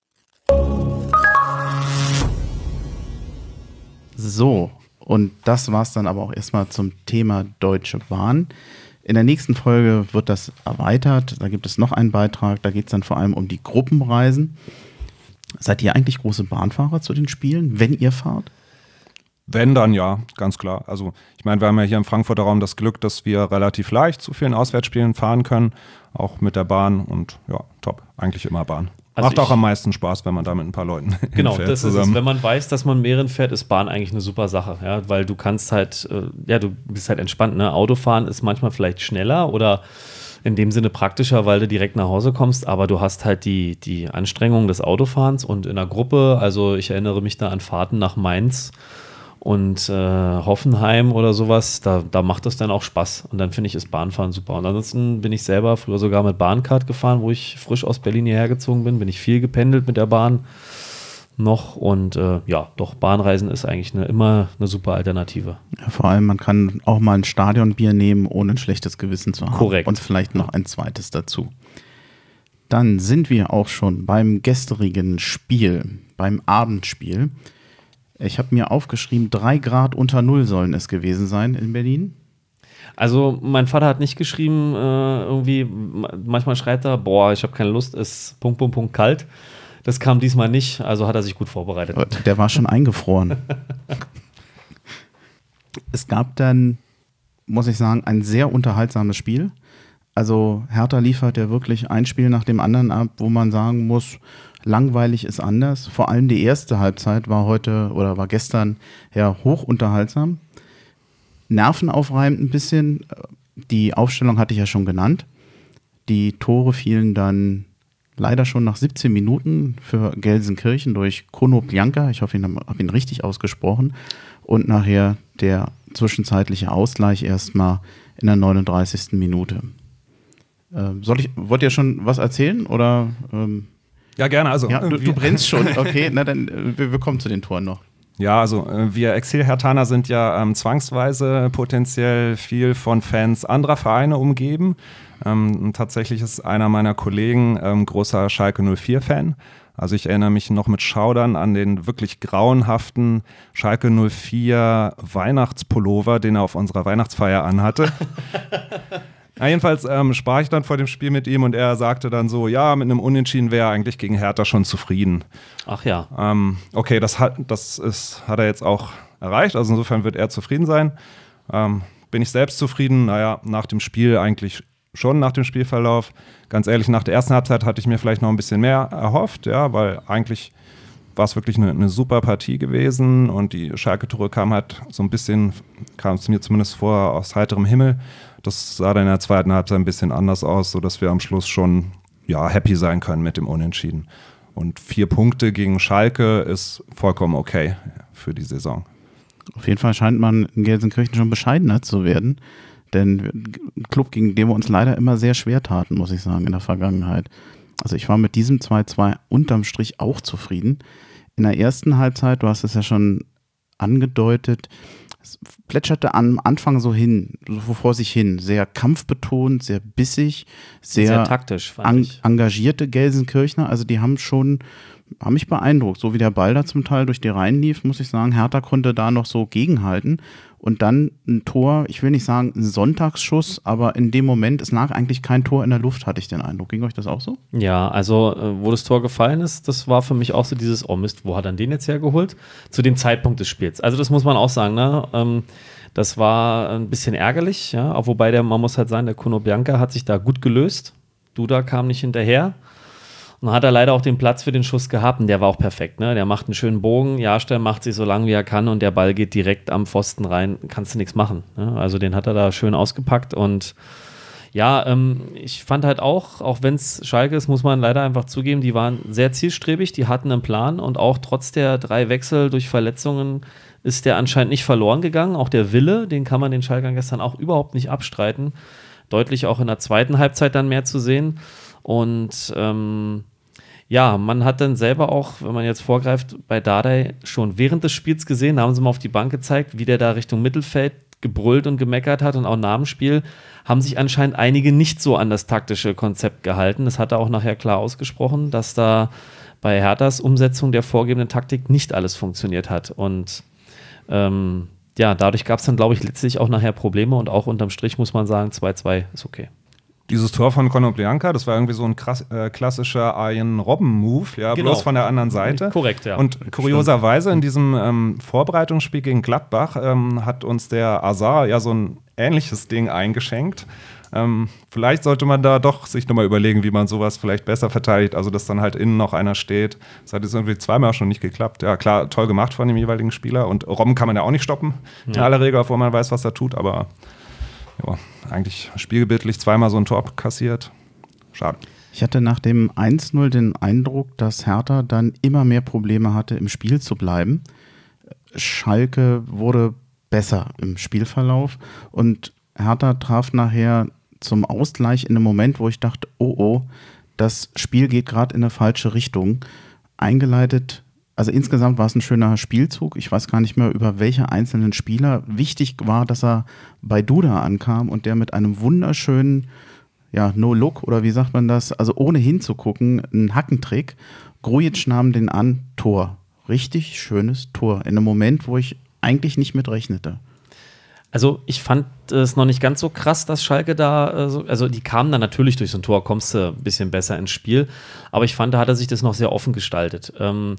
So, und das war's dann aber auch erstmal zum Thema Deutsche Bahn. In der nächsten Folge wird das erweitert. Da gibt es noch einen Beitrag. Da geht es dann vor allem um die Gruppenreisen. Seid ihr eigentlich große Bahnfahrer zu den Spielen, wenn ihr fahrt? Wenn, dann ja, ganz klar. Also ich meine, wir haben ja hier im Frankfurter Raum das Glück, dass wir relativ leicht zu vielen Auswärtsspielen fahren können, auch mit der Bahn und ja, top, eigentlich immer Bahn. Also macht auch am meisten Spaß, wenn man da mit ein paar Leuten genau, hinfährt das zusammen. ist es. Wenn man weiß, dass man mehreren fährt, ist Bahn eigentlich eine super Sache, ja, weil du kannst halt, du bist halt entspannt, ne? Autofahren ist manchmal vielleicht schneller oder in dem Sinne praktischer, weil du direkt nach Hause kommst, aber du hast halt die Anstrengung des Autofahrens und in der Gruppe, also ich erinnere mich da an Fahrten nach Mainz und Hoffenheim oder sowas, da macht das dann auch Spaß und dann finde ich, ist Bahnfahren super. Und ansonsten bin ich selber früher sogar mit Bahncard gefahren, wo ich frisch aus Berlin hierher gezogen bin ich viel gependelt mit der Bahn noch und doch, Bahnreisen ist eigentlich immer eine super Alternative. Ja, vor allem, man kann auch mal ein Stadionbier nehmen, ohne ein schlechtes Gewissen zu haben. Korrekt. Und vielleicht noch ein zweites dazu. Dann sind wir auch schon beim gestrigen Spiel, beim Abendspiel. Ich habe mir aufgeschrieben, 3 Grad unter Null sollen es gewesen sein in Berlin. Also mein Vater hat nicht geschrieben, irgendwie, manchmal schreibt er, boah, ich habe keine Lust, ist ... kalt. Das kam diesmal nicht, also hat er sich gut vorbereitet. Der war schon eingefroren. Es gab dann, muss ich sagen, ein sehr unterhaltsames Spiel. Also Hertha liefert ja wirklich ein Spiel nach dem anderen ab, wo man sagen muss, langweilig ist anders. Vor allem die erste Halbzeit war gestern ja hoch unterhaltsam. Nervenaufreibend ein bisschen. Die Aufstellung hatte ich ja schon genannt. Die Tore fielen dann leider schon nach 17 Minuten für Gelsenkirchen durch Konoplyanka. Ich hoffe, ich habe ihn richtig ausgesprochen. Und nachher der zwischenzeitliche Ausgleich erstmal in der 39. Minute. Wollt ihr schon was erzählen? Oder, ja, gerne. Also, ja, du brennst schon. Okay, na dann, wir kommen zu den Toren noch. Ja, also wir Exil-Herthaner sind ja zwangsweise potenziell viel von Fans anderer Vereine umgeben. Und tatsächlich ist einer meiner Kollegen großer Schalke 04-Fan. Also ich erinnere mich noch mit Schaudern an den wirklich grauenhaften Schalke 04 Weihnachtspullover, den er auf unserer Weihnachtsfeier anhatte. Ja, jedenfalls sprach ich dann vor dem Spiel mit ihm und er sagte dann so, ja, mit einem Unentschieden wäre er eigentlich gegen Hertha schon zufrieden. Ach ja. Okay, das hat er jetzt auch erreicht, also insofern wird er zufrieden sein. Bin ich selbst zufrieden? Naja, nach dem Spiel eigentlich schon, nach dem Spielverlauf. Ganz ehrlich, nach der ersten Halbzeit hatte ich mir vielleicht noch ein bisschen mehr erhofft, ja, weil eigentlich war es wirklich eine super Partie gewesen und die Schalke-Tore kam es mir zumindest vor, aus heiterem Himmel. Das sah dann in der zweiten Halbzeit ein bisschen anders aus, sodass wir am Schluss schon happy sein können mit dem Unentschieden. Und 4 Punkte gegen Schalke ist vollkommen okay für die Saison. Auf jeden Fall scheint man in Gelsenkirchen schon bescheidener zu werden. Denn ein Club, gegen den wir uns leider immer sehr schwer taten, muss ich sagen, in der Vergangenheit. Also ich war mit diesem 2-2 unterm Strich auch zufrieden. In der ersten Halbzeit, du hast es ja schon angedeutet, es plätscherte am Anfang so vor sich hin. Sehr kampfbetont, sehr bissig, sehr taktisch, fand ich. Engagierte Gelsenkirchner. Also die haben schon haben mich beeindruckt. So wie der Ball da zum Teil durch die Reihen lief, muss ich sagen, Hertha konnte da noch so gegenhalten. Und dann ein Tor, ich will nicht sagen ein Sonntagsschuss, aber in dem Moment, es lag eigentlich kein Tor in der Luft, hatte ich den Eindruck. Ging euch das auch so? Ja, also wo das Tor gefallen ist, das war für mich auch so dieses, oh Mist, wo hat er den jetzt hergeholt? Zu dem Zeitpunkt des Spiels. Also das muss man auch sagen, ne? Das war ein bisschen ärgerlich, ja, auch wobei man muss halt sagen, der Konoplyanka hat sich da gut gelöst. Duda kam nicht hinterher. Und dann hat er leider auch den Platz für den Schuss gehabt und der war auch perfekt. Ne? Der macht einen schönen Bogen, Jahrstein macht sich so lang wie er kann und der Ball geht direkt am Pfosten rein. Kannst du nichts machen. Ne? Also den hat er da schön ausgepackt und ja, ich fand halt auch wenn es Schalke ist, muss man leider einfach zugeben, die waren sehr zielstrebig, die hatten einen Plan und auch trotz der 3 Wechsel durch Verletzungen ist der anscheinend nicht verloren gegangen. Auch der Wille, den kann man den Schalkern gestern auch überhaupt nicht abstreiten. Deutlich auch in der zweiten Halbzeit dann mehr zu sehen. Und ja, man hat dann selber auch, wenn man jetzt vorgreift, bei Dardai schon während des Spiels gesehen, da haben sie mal auf die Bank gezeigt, wie der da Richtung Mittelfeld gebrüllt und gemeckert hat und auch nach dem Spiel haben sich anscheinend einige nicht so an das taktische Konzept gehalten. Das hat er auch nachher klar ausgesprochen, dass da bei Herthas Umsetzung der vorgegebenen Taktik nicht alles funktioniert hat. Und ja, dadurch gab es dann, glaube ich, letztlich auch nachher Probleme und auch unterm Strich muss man sagen, 2-2 ist okay. Dieses Tor von Konoplyanka, das war irgendwie so ein klassischer Arjen Robben-Move, ja, Genau. bloß von der anderen Seite. Korrekt, ja. Und kurioserweise in diesem Vorbereitungsspiel gegen Gladbach hat uns der Azar ja so ein ähnliches Ding eingeschenkt. Vielleicht sollte man da doch sich nochmal überlegen, wie man sowas vielleicht besser verteidigt, also dass dann halt innen noch einer steht. Das hat jetzt irgendwie zweimal schon nicht geklappt. Ja, klar, toll gemacht von dem jeweiligen Spieler und Robben kann man ja auch nicht stoppen, in aller Regel, obwohl man weiß, was er tut, aber ja, eigentlich spielbildlich zweimal so ein Tor kassiert. Schade. Ich hatte nach dem 1-0 den Eindruck, dass Hertha dann immer mehr Probleme hatte, im Spiel zu bleiben. Schalke wurde besser im Spielverlauf und Hertha traf nachher zum Ausgleich in einem Moment, wo ich dachte, oh, das Spiel geht gerade in eine falsche Richtung. Eingeleitet, also insgesamt war es ein schöner Spielzug. Ich weiß gar nicht mehr, über welche einzelnen Spieler. Wichtig war, dass er bei Duda ankam und der mit einem wunderschönen, ja, No-Look oder wie sagt man das, also ohne hinzugucken, einen Hackentrick. Grujic nahm den an, Tor. Richtig schönes Tor. In einem Moment, wo ich eigentlich nicht mit rechnete. Also ich fand es noch nicht ganz so krass, dass Schalke da, also die kamen dann natürlich durch so ein Tor, kommst du ein bisschen besser ins Spiel, aber ich fand, da hat er sich das noch sehr offen gestaltet.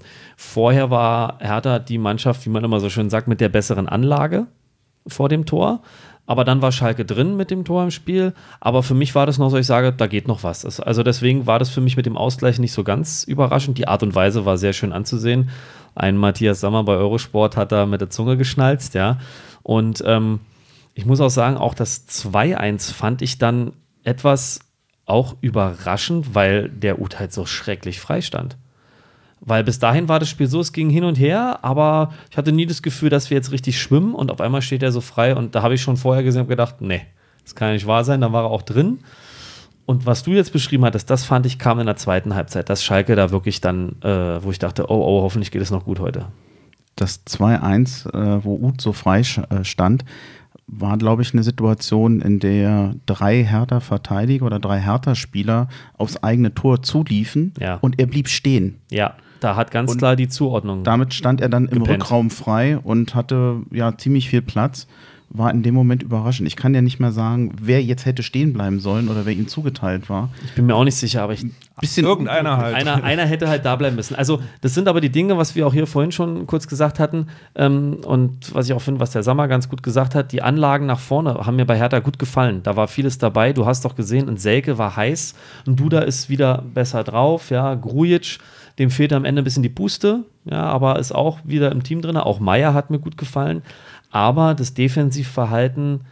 Vorher war Hertha die Mannschaft, wie man immer so schön sagt, mit der besseren Anlage vor dem Tor, aber dann war Schalke drin mit dem Tor im Spiel, aber für mich war das noch so, ich sage, da geht noch was. Also deswegen war das für mich mit dem Ausgleich nicht so ganz überraschend, die Art und Weise war sehr schön anzusehen. Ein Matthias Sammer bei Eurosport hat da mit der Zunge geschnalzt, ja. Und ich muss auch sagen, auch das 2-1 fand ich dann etwas auch überraschend, weil der Uth halt so schrecklich frei stand. Weil bis dahin war das Spiel so, es ging hin und her, aber ich hatte nie das Gefühl, dass wir jetzt richtig schwimmen und auf einmal steht er so frei und da habe ich schon vorher gesehen und gedacht, nee, das kann ja nicht wahr sein, da war er auch drin. Und was du jetzt beschrieben hattest, das fand ich, kam in der zweiten Halbzeit, dass Schalke da wirklich dann, wo ich dachte, oh, hoffentlich geht es noch gut heute. Das 2-1, wo Uth so frei stand, war, glaube ich, eine Situation, in der 3 Hertha-Verteidiger oder 3 Hertha-Spieler aufs eigene Tor zuliefen und er blieb stehen. Ja, da hat ganz klar die Zuordnung. Damit stand er dann im gepennt. Rückraum frei und hatte ja ziemlich viel Platz. War in dem Moment überraschend. Ich kann ja nicht mehr sagen, wer jetzt hätte stehen bleiben sollen oder wer ihm zugeteilt war. Ich bin mir auch nicht sicher, aber irgendeiner halt. Einer hätte halt da bleiben müssen. Also das sind aber die Dinge, was wir auch hier vorhin schon kurz gesagt hatten und was ich auch finde, was der Sammer ganz gut gesagt hat, die Anlagen nach vorne haben mir bei Hertha gut gefallen. Da war vieles dabei. Du hast doch gesehen, ein Selke war heiß, ein Duda ist wieder besser drauf, ja, Grujic, dem fehlt am Ende ein bisschen die Puste, ja, aber ist auch wieder im Team drin. Auch Meier hat mir gut gefallen. Aber das Defensivverhalten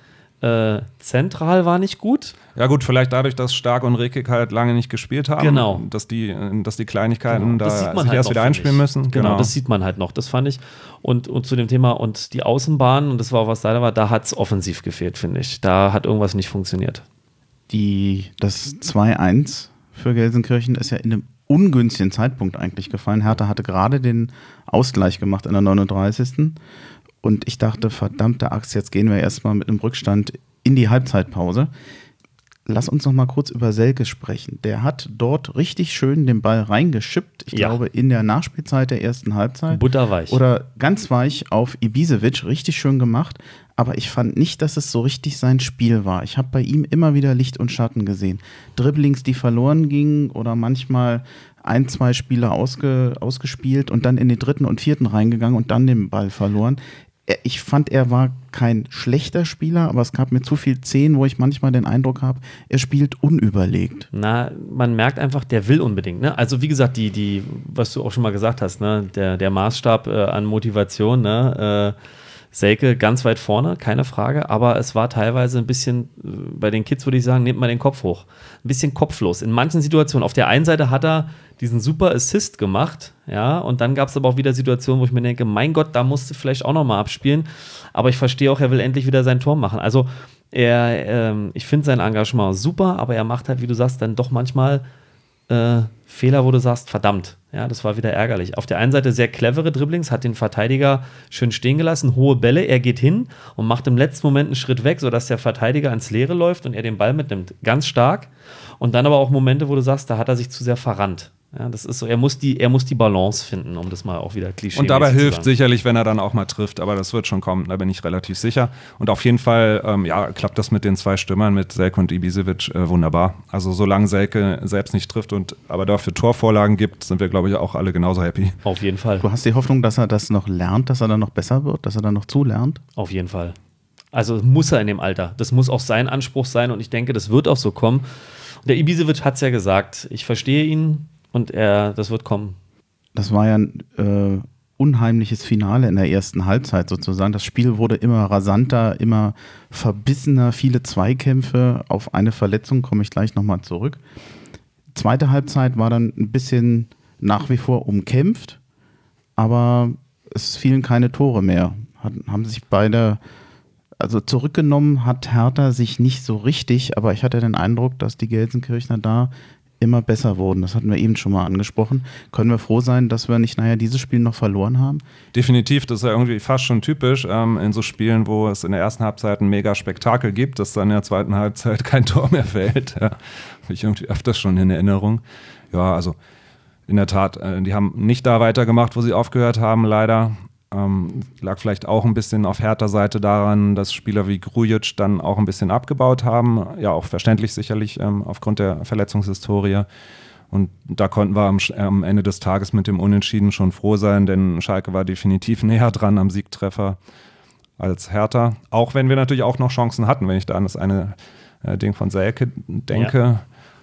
zentral war nicht gut. Ja gut, vielleicht dadurch, dass Stark und Rekik halt lange nicht gespielt haben. Genau. Dass die Kleinigkeiten das da sieht man sich halt erst noch, wieder einspielen müssen. Genau, das sieht man halt noch, das fand ich. Und zu dem Thema und die Außenbahn, und das war auch was da war, da hat es offensiv gefehlt, finde ich. Da hat irgendwas nicht funktioniert. Das 2-1 für Gelsenkirchen ist ja in einem ungünstigen Zeitpunkt eigentlich gefallen. Hertha hatte gerade den Ausgleich gemacht in der 39. Und ich dachte, verdammte Axt, jetzt gehen wir erstmal mit einem Rückstand in die Halbzeitpause. lass uns noch mal kurz über Selke sprechen. Der hat dort richtig schön den Ball reingeschippt. Ich glaube, in der Nachspielzeit der ersten Halbzeit. Butterweich. Oder ganz weich auf Ibisevic. Richtig schön gemacht. Aber ich fand nicht, dass es so richtig sein Spiel war. Ich habe bei ihm immer wieder Licht und Schatten gesehen. Dribblings, die verloren gingen oder manchmal 1, 2 Spieler ausgespielt und dann in den 3. und 4. reingegangen und dann den Ball verloren. Ich fand, er war kein schlechter Spieler, aber es gab mir zu viel Szenen, wo ich manchmal den Eindruck habe, er spielt unüberlegt. Na, man merkt einfach, der will unbedingt. Ne? Also wie gesagt, die, was du auch schon mal gesagt hast, ne? der Maßstab an Motivation, ne? Selke ganz weit vorne, keine Frage, aber es war teilweise ein bisschen, bei den Kids würde ich sagen, nehmt mal den Kopf hoch. Ein bisschen kopflos. In manchen Situationen, auf der einen Seite hat er diesen super Assist gemacht, ja, und dann gab es aber auch wieder Situationen, wo ich mir denke, mein Gott, da musst du vielleicht auch nochmal abspielen, aber ich verstehe auch, er will endlich wieder sein Tor machen. Also ich finde sein Engagement super, aber er macht halt, wie du sagst, dann doch manchmal Fehler, wo du sagst, verdammt, ja, das war wieder ärgerlich. Auf der einen Seite sehr clevere Dribblings, hat den Verteidiger schön stehen gelassen, hohe Bälle, er geht hin und macht im letzten Moment einen Schritt weg, sodass der Verteidiger ins Leere läuft und er den Ball mitnimmt. Ganz stark. Und dann aber auch Momente, wo du sagst, da hat er sich zu sehr verrannt. Ja, das ist so, er muss die Balance finden, um das mal auch wieder klischee Und dabei hilft sicherlich, wenn er dann auch mal trifft, aber das wird schon kommen, da bin ich relativ sicher. Und auf jeden Fall, klappt das mit den 2 Stürmern, mit Selke und Ibisevic, wunderbar. Also solange Selke selbst nicht trifft und aber dafür Torvorlagen gibt, sind wir, glaube ich, auch alle genauso happy. Auf jeden Fall. Du hast die Hoffnung, dass er das noch lernt, dass er dann noch besser wird, dass er dann noch zulernt? Auf jeden Fall. Also muss er in dem Alter. Das muss auch sein Anspruch sein und ich denke, das wird auch so kommen. Und der Ibisevic hat es ja gesagt, ich verstehe ihn. Und das wird kommen. Das war ja ein unheimliches Finale in der ersten Halbzeit sozusagen. Das Spiel wurde immer rasanter, immer verbissener, viele Zweikämpfe. Auf eine Verletzung komme ich gleich nochmal zurück. Zweite Halbzeit war dann ein bisschen nach wie vor umkämpft, aber es fielen keine Tore mehr. Haben sich beide, also zurückgenommen hat Hertha sich nicht so richtig, aber ich hatte den Eindruck, dass die Gelsenkirchner da immer besser wurden. Das hatten wir eben schon mal angesprochen. Können wir froh sein, dass wir nicht dieses Spiel noch verloren haben? Definitiv, das ist ja irgendwie fast schon typisch in so Spielen, wo es in der ersten Halbzeit ein mega Spektakel gibt, dass dann in der zweiten Halbzeit kein Tor mehr fällt. Ja, habe ich irgendwie öfters schon in Erinnerung. Ja, also in der Tat, die haben nicht da weitergemacht, wo sie aufgehört haben, leider. Lag vielleicht auch ein bisschen auf Hertha-Seite daran, dass Spieler wie Grujic dann auch ein bisschen abgebaut haben. Ja, auch verständlich sicherlich aufgrund der Verletzungshistorie. Und da konnten wir am Ende des Tages mit dem Unentschieden schon froh sein, denn Schalke war definitiv näher dran am Siegtreffer als Hertha. Auch wenn wir natürlich auch noch Chancen hatten, wenn ich da an das eine Ding von Selke denke. Ja.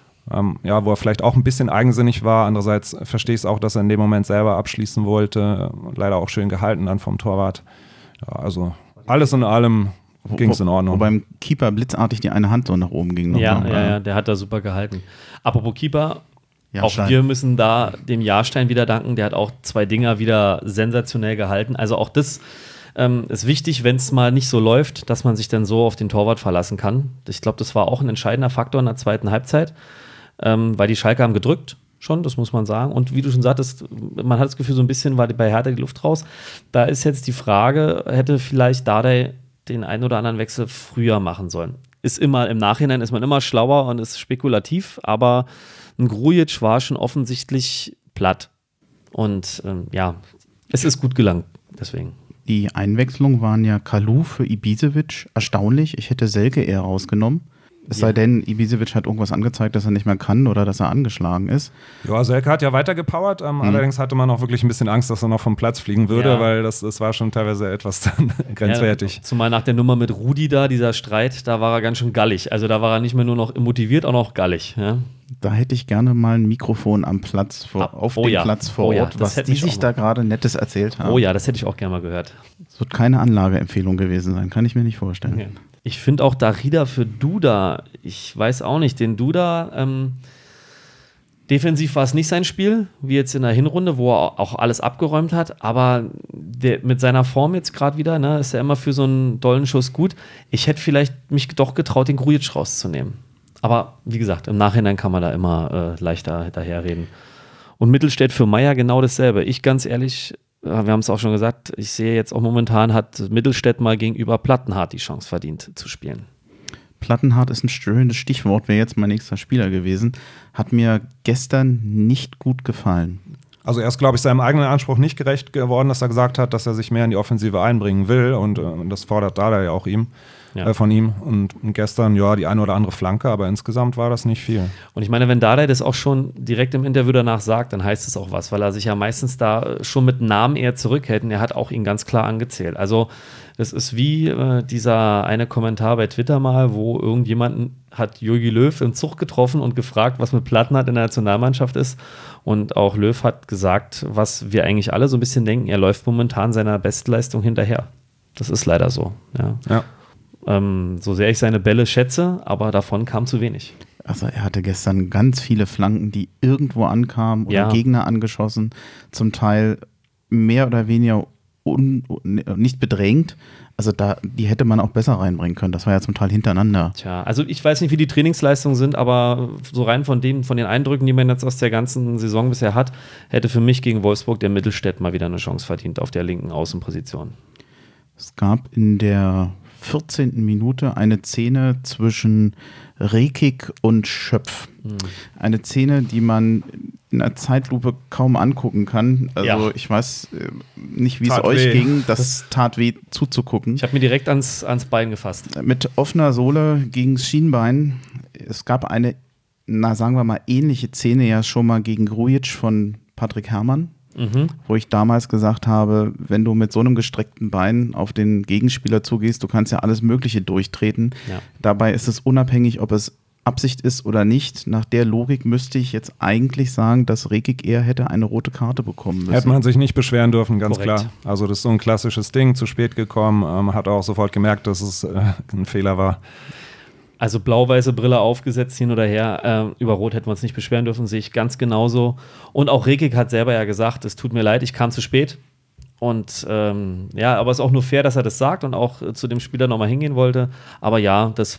Wo er vielleicht auch ein bisschen eigensinnig war. Andererseits verstehe ich es auch, dass er in dem Moment selber abschließen wollte. Leider auch schön gehalten dann vom Torwart. Ja, also alles in allem ging es in Ordnung. Wo beim Keeper blitzartig die eine Hand so nach oben ging. Ja, der hat da super gehalten. Apropos Keeper, Jahrstein. Auch wir müssen da dem Jahrstein wieder danken. Der hat auch 2 Dinger wieder sensationell gehalten. Also auch das ist wichtig, wenn es mal nicht so läuft, dass man sich dann so auf den Torwart verlassen kann. Ich glaube, das war auch ein entscheidender Faktor in der zweiten Halbzeit. Weil die Schalke haben gedrückt schon, das muss man sagen. Und wie du schon sagtest, man hat das Gefühl, so ein bisschen war bei Hertha die Luft raus. Da ist jetzt die Frage, hätte vielleicht Dardai den einen oder anderen Wechsel früher machen sollen. Im Nachhinein ist man immer schlauer und ist spekulativ, aber ein Grujic war schon offensichtlich platt. Und es ist gut gelangt, deswegen. Die Einwechslungen waren ja Kalou für Ibisevic, erstaunlich. Ich hätte Selke eher rausgenommen. Es sei denn, Ibisevic hat irgendwas angezeigt, dass er nicht mehr kann oder dass er angeschlagen ist. Ja, Selke hat ja weitergepowert. Allerdings hatte man auch wirklich ein bisschen Angst, dass er noch vom Platz fliegen würde, weil das war schon teilweise etwas dann grenzwertig. Ja, zumal nach der Nummer mit Rudi da, dieser Streit, da war er ganz schön gallig. Also da war er nicht mehr nur noch motiviert, auch noch gallig. Ja? Da hätte ich gerne mal ein Mikrofon am Platz Platz vor Ort, was die sich da gerade Nettes erzählt haben. Oh ja, das hätte ich auch gerne mal gehört. Das wird keine Anlageempfehlung gewesen sein, kann ich mir nicht vorstellen. Okay. Ich finde auch Darida für Duda, ich weiß auch nicht, den Duda, defensiv war es nicht sein Spiel, wie jetzt in der Hinrunde, wo er auch alles abgeräumt hat, aber mit seiner Form jetzt gerade wieder, ne, ist er immer für so einen dollen Schuss gut. Ich hätte vielleicht mich doch getraut, den Grujic rauszunehmen. Aber wie gesagt, im Nachhinein kann man da immer leichter daherreden. Und Mittelstädt für Meier genau dasselbe. Ich ganz ehrlich, wir haben es auch schon gesagt, ich sehe jetzt auch momentan, hat Mittelstädt mal gegenüber Plattenhardt die Chance verdient zu spielen. Plattenhardt ist ein schönes Stichwort, wäre jetzt mein nächster Spieler gewesen. Hat mir gestern nicht gut gefallen. Also er ist, glaube ich, seinem eigenen Anspruch nicht gerecht geworden, dass er gesagt hat, dass er sich mehr in die Offensive einbringen will und das fordert Dardai ja auch von ihm. Und gestern, ja, die eine oder andere Flanke, aber insgesamt war das nicht viel. Und ich meine, wenn Dardai das auch schon direkt im Interview danach sagt, dann heißt es auch was, weil er sich ja meistens da schon mit Namen eher zurückhält und er hat auch ihn ganz klar angezählt. Also das ist wie dieser eine Kommentar bei Twitter mal, wo irgendjemand hat Jogi Löw im Zug getroffen und gefragt, was mit Plattenhardt in der Nationalmannschaft ist. Und auch Löw hat gesagt, was wir eigentlich alle so ein bisschen denken, er läuft momentan seiner Bestleistung hinterher. Das ist leider so. Ja. So sehr ich seine Bälle schätze, aber davon kam zu wenig. Also er hatte gestern ganz viele Flanken, die irgendwo ankamen oder Gegner angeschossen, zum Teil mehr oder weniger nicht bedrängt. Also die hätte man auch besser reinbringen können. Das war ja zum Teil hintereinander. Tja, also ich weiß nicht, wie die Trainingsleistungen sind, aber so rein von den Eindrücken, die man jetzt aus der ganzen Saison bisher hat, hätte für mich gegen Wolfsburg der Mittelstädt mal wieder eine Chance verdient auf der linken Außenposition. Es gab in der 14. Minute eine Szene zwischen Rekik und Schöpf. Eine Szene, die man in einer Zeitlupe kaum angucken kann. Also ich weiß nicht, wie es euch ging. Das tat weh zuzugucken. Ich habe mir direkt ans Bein gefasst. Mit offener Sohle gegen das Schienbein. Es gab eine, sagen wir mal, ähnliche Szene ja schon mal gegen Grujic von Patrick Herrmann. Wo ich damals gesagt habe, wenn du mit so einem gestreckten Bein auf den Gegenspieler zugehst, du kannst ja alles Mögliche durchtreten. Ja. Dabei ist es unabhängig, ob es Absicht ist oder nicht. Nach der Logik müsste ich jetzt eigentlich sagen, dass Rekik eher hätte eine rote Karte bekommen müssen. Hätte man sich nicht beschweren dürfen, ganz klar. Also das ist so ein klassisches Ding, zu spät gekommen, hat auch sofort gemerkt, dass es ein Fehler war. Also blau-weiße Brille aufgesetzt, hin oder her. Über Rot hätten wir uns nicht beschweren dürfen, sehe ich ganz genauso. Und auch Rekik hat selber ja gesagt, es tut mir leid, ich kam zu spät. Und aber es ist auch nur fair, dass er das sagt und auch zu dem Spieler nochmal hingehen wollte. Aber ja, das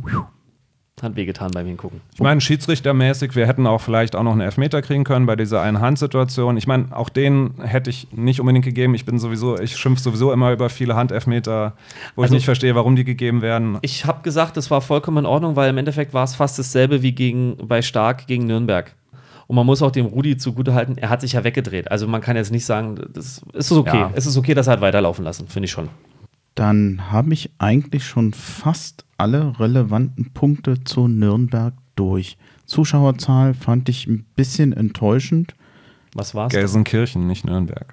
hat wehgetan beim Hingucken. Ich meine, schiedsrichtermäßig, wir hätten auch vielleicht auch noch einen Elfmeter kriegen können bei dieser Eine-Hand-Situation. Ich meine, auch den hätte ich nicht unbedingt gegeben. Ich schimpfe sowieso immer über viele Handelfmeter, wo ich nicht verstehe, warum die gegeben werden. Ich habe gesagt, das war vollkommen in Ordnung, weil im Endeffekt war es fast dasselbe wie bei Stark gegen Nürnberg. Und man muss auch dem Rudi zugutehalten, er hat sich ja weggedreht. Also man kann jetzt nicht sagen, das ist okay. Ja. Es ist okay, dass er hat weiterlaufen lassen, finde ich schon. Dann habe ich eigentlich schon fast alle relevanten Punkte zu Nürnberg durch. Zuschauerzahl fand ich ein bisschen enttäuschend. Was war's? Gelsenkirchen, nicht Nürnberg.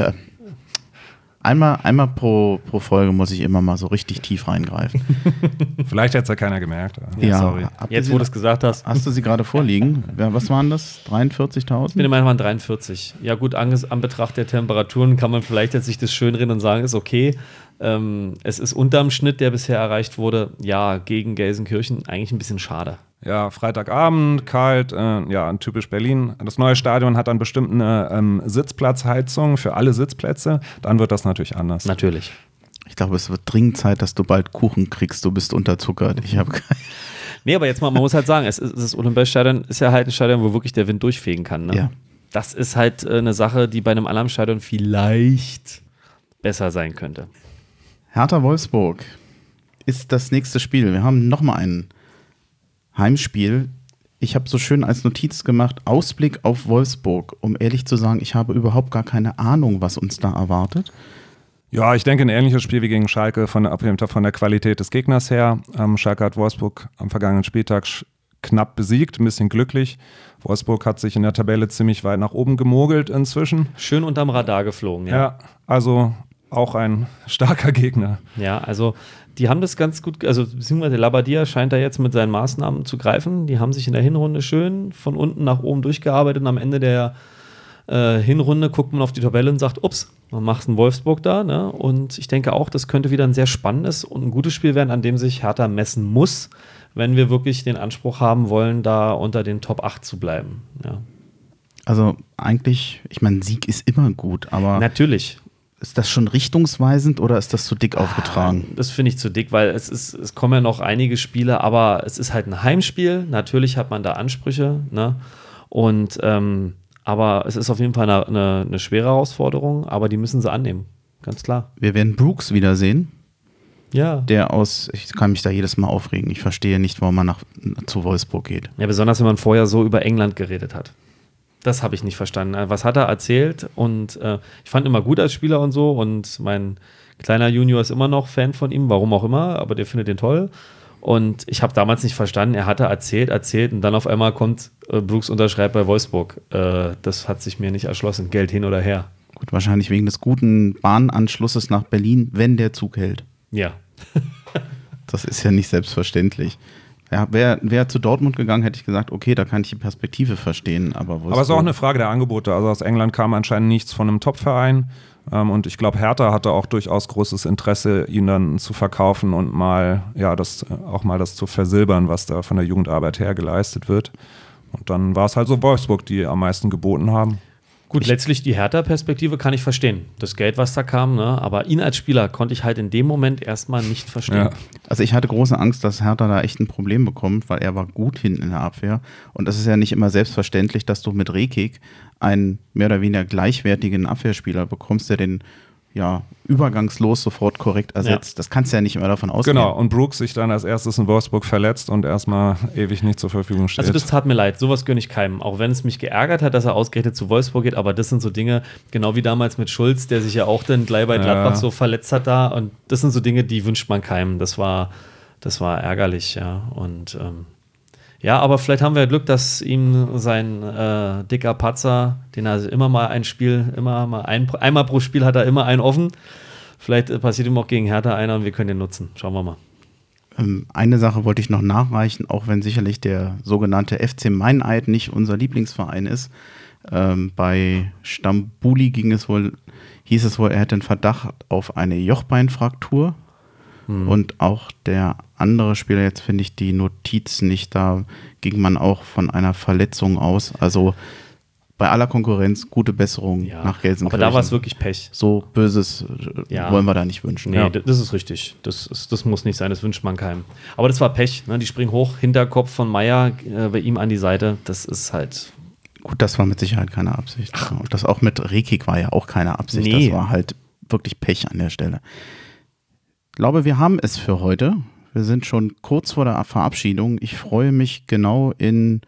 Einmal pro Folge muss ich immer mal so richtig tief reingreifen. Vielleicht hätte es ja keiner gemerkt. Ja, sorry. Jetzt, wo du es gesagt hast. Hast du sie gerade vorliegen? Was waren das? 43.000? Ich bin der Meinung, waren 43. Ja gut, an Betracht der Temperaturen kann man vielleicht jetzt sich das schönreden und sagen, ist okay. Es ist unterm Schnitt, der bisher erreicht wurde. Ja, gegen Gelsenkirchen eigentlich ein bisschen schade. Ja, Freitagabend, kalt, typisch Berlin. Das neue Stadion hat dann bestimmt eine Sitzplatzheizung für alle Sitzplätze. Dann wird das natürlich anders. Natürlich. Ich glaube, es wird dringend Zeit, dass du bald Kuchen kriegst. Du bist unterzuckert. Ich habe Nee, aber jetzt mal, man muss halt sagen, das Olympiastadion ist ja halt ein Stadion, wo wirklich der Wind durchfegen kann. Ne? Ja. Das ist halt eine Sache, die bei einem anderen Stadion vielleicht besser sein könnte. Hertha Wolfsburg ist das nächste Spiel. Wir haben nochmal ein Heimspiel. Ich habe so schön als Notiz gemacht, Ausblick auf Wolfsburg. Um ehrlich zu sagen, ich habe überhaupt gar keine Ahnung, was uns da erwartet. Ja, ich denke, ein ähnliches Spiel wie gegen Schalke, von der Qualität des Gegners her. Schalke hat Wolfsburg am vergangenen Spieltag knapp besiegt, ein bisschen glücklich. Wolfsburg hat sich in der Tabelle ziemlich weit nach oben gemogelt inzwischen. Schön unterm Radar geflogen, ja. Ja, also auch ein starker Gegner. Ja, also die haben das ganz gut, also beziehungsweise Labbadia scheint da jetzt mit seinen Maßnahmen zu greifen. Die haben sich in der Hinrunde schön von unten nach oben durchgearbeitet und am Ende der Hinrunde guckt man auf die Tabelle und sagt, ups, man macht einen Wolfsburg da. Ne? Und ich denke auch, das könnte wieder ein sehr spannendes und ein gutes Spiel werden, an dem sich Hertha messen muss, wenn wir wirklich den Anspruch haben wollen, da unter den Top 8 zu bleiben. Ja. Also eigentlich, ich meine, Sieg ist immer gut, aber natürlich. Ist das schon richtungsweisend oder ist das zu dick aufgetragen? Das finde ich zu dick, weil es kommen ja noch einige Spiele, aber es ist halt ein Heimspiel. Natürlich hat man da Ansprüche, ne? Und aber es ist auf jeden Fall eine schwere Herausforderung, aber die müssen sie annehmen, ganz klar. Wir werden Brooks wiedersehen. Ja. Ich kann mich da jedes Mal aufregen. Ich verstehe nicht, warum man zu Wolfsburg geht. Ja, besonders wenn man vorher so über England geredet hat. Das habe ich nicht verstanden. Was hat er erzählt? Und ich fand ihn immer gut als Spieler und so. Und mein kleiner Junior ist immer noch Fan von ihm, warum auch immer, aber der findet ihn toll. Und ich habe damals nicht verstanden, er hatte erzählt und dann auf einmal kommt Brooks unterschreibt bei Wolfsburg. Das hat sich mir nicht erschlossen. Geld hin oder her. Gut, wahrscheinlich wegen des guten Bahnanschlusses nach Berlin, wenn der Zug hält. Ja. Das ist ja nicht selbstverständlich. Ja, wäre zu Dortmund gegangen, hätte ich gesagt, okay, da kann ich die Perspektive verstehen. Aber es ist auch eine Frage der Angebote. Also aus England kam anscheinend nichts von einem Top-Verein. Und ich glaube, Hertha hatte auch durchaus großes Interesse, ihn dann zu verkaufen und mal das zu versilbern, was da von der Jugendarbeit her geleistet wird. Und dann war es halt so Wolfsburg, die am meisten geboten haben. Gut, letztlich die Hertha-Perspektive kann ich verstehen. Das Geld, was da kam, ne? Aber ihn als Spieler konnte ich halt in dem Moment erstmal nicht verstehen. Ja. Also ich hatte große Angst, dass Hertha da echt ein Problem bekommt, weil er war gut hinten in der Abwehr. Und das ist ja nicht immer selbstverständlich, dass du mit Rekik einen mehr oder weniger gleichwertigen Abwehrspieler bekommst, der den übergangslos sofort korrekt ersetzt. Ja. Das kannst du ja nicht immer davon ausgehen. Genau, und Brooks sich dann als erstes in Wolfsburg verletzt und erstmal ewig nicht zur Verfügung steht. Also das tat mir leid, sowas gönne ich keinem. Auch wenn es mich geärgert hat, dass er ausgerechnet zu Wolfsburg geht, aber das sind so Dinge, genau wie damals mit Schulz, der sich ja auch dann gleich bei Gladbach so verletzt hat da, und das sind so Dinge, die wünscht man keinem. Das war ärgerlich, ja. Und aber vielleicht haben wir Glück, dass ihm sein dicker Patzer, den er immer mal einmal pro Spiel hat er immer einen offen. Vielleicht passiert ihm auch gegen Hertha einer und wir können den nutzen. Schauen wir mal. Eine Sache wollte ich noch nachreichen, auch wenn sicherlich der sogenannte FC Meineid nicht unser Lieblingsverein ist. Bei Stambuli hieß es wohl, er hätte einen Verdacht auf eine Jochbeinfraktur. Und auch der andere Spieler, jetzt finde ich die Notiz nicht, da ging man auch von einer Verletzung aus. Also bei aller Konkurrenz gute Besserung nach Gelsenkirchen. Aber da war es wirklich Pech. So Böses wollen wir da nicht wünschen. Nee, das ist richtig. Das muss nicht sein, das wünscht man keinem. Aber das war Pech. Ne? Die springen hoch, Hinterkopf von Meier bei ihm an die Seite. Das ist halt... Gut, das war mit Sicherheit keine Absicht. Und das auch mit Rekik war ja auch keine Absicht. Nee. Das war halt wirklich Pech an der Stelle. Ich glaube, wir haben es für heute. Wir sind schon kurz vor der Verabschiedung. Ich freue mich genau in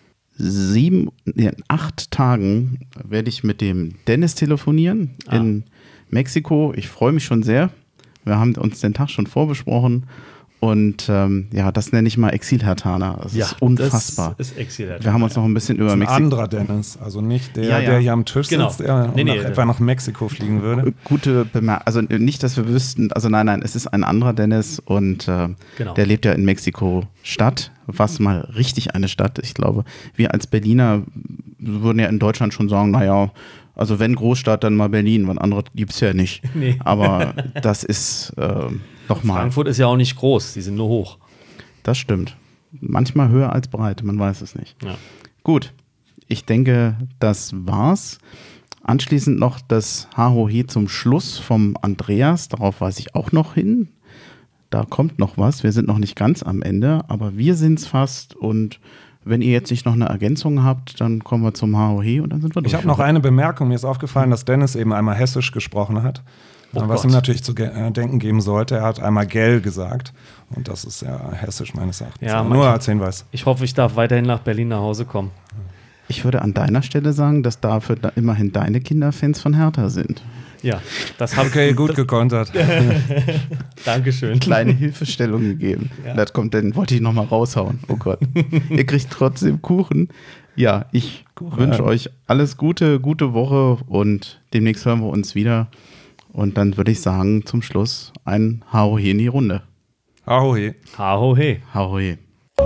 8 Tagen werde ich mit dem Dennis telefonieren in Mexiko. Ich freue mich schon sehr. Wir haben uns den Tag schon vorbesprochen. Und das nenne ich mal Exil-Hertaner. Das ist unfassbar. Das ist Exil-Hertaner. Wir haben uns noch ein bisschen über Mexiko. Ein anderer Dennis, also nicht der hier am Tisch sitzt, der etwa nach Mexiko fliegen würde. Gute Bemerkung. Also nicht, dass wir wüssten, also nein, es ist ein anderer Dennis und der lebt ja in Mexiko-Stadt, was mal richtig eine Stadt. Ich glaube, wir als Berliner würden ja in Deutschland schon sagen, naja, also wenn Großstadt, dann mal Berlin, weil andere gibt es ja nicht. Nee. Aber das ist nochmal. Frankfurt ist ja auch nicht groß, die sind nur hoch. Das stimmt. Manchmal höher als breit, man weiß es nicht. Ja. Gut, ich denke, das war's. Anschließend noch das Hahohe zum Schluss vom Andreas, darauf weise ich auch noch hin. Da kommt noch was, wir sind noch nicht ganz am Ende, aber wir sind's fast, und wenn ihr jetzt nicht noch eine Ergänzung habt, dann kommen wir zum Hahohe und dann sind wir durch. Ich habe noch eine Bemerkung, mir ist aufgefallen, dass Dennis eben einmal hessisch gesprochen hat. Was ihm natürlich zu denken geben sollte, er hat einmal gell gesagt und das ist ja hessisch meines Erachtens. Ja, nur als Hinweis. Ich hoffe, ich darf weiterhin nach Berlin nach Hause kommen. Ich würde an deiner Stelle sagen, dass dafür immerhin deine Kinder Fans von Hertha sind. Ja, das habe ich gut gekontert. Dankeschön. Kleine Hilfestellung gegeben. Ja. Das kommt, dann wollte ich nochmal raushauen. Oh Gott. Ihr kriegt trotzdem Kuchen. Ja, ich wünsche euch alles Gute, gute Woche und demnächst hören wir uns wieder. Und dann würde ich sagen, zum Schluss ein Hahohe in die Runde. Hahohe. Hahohe. Hahohe.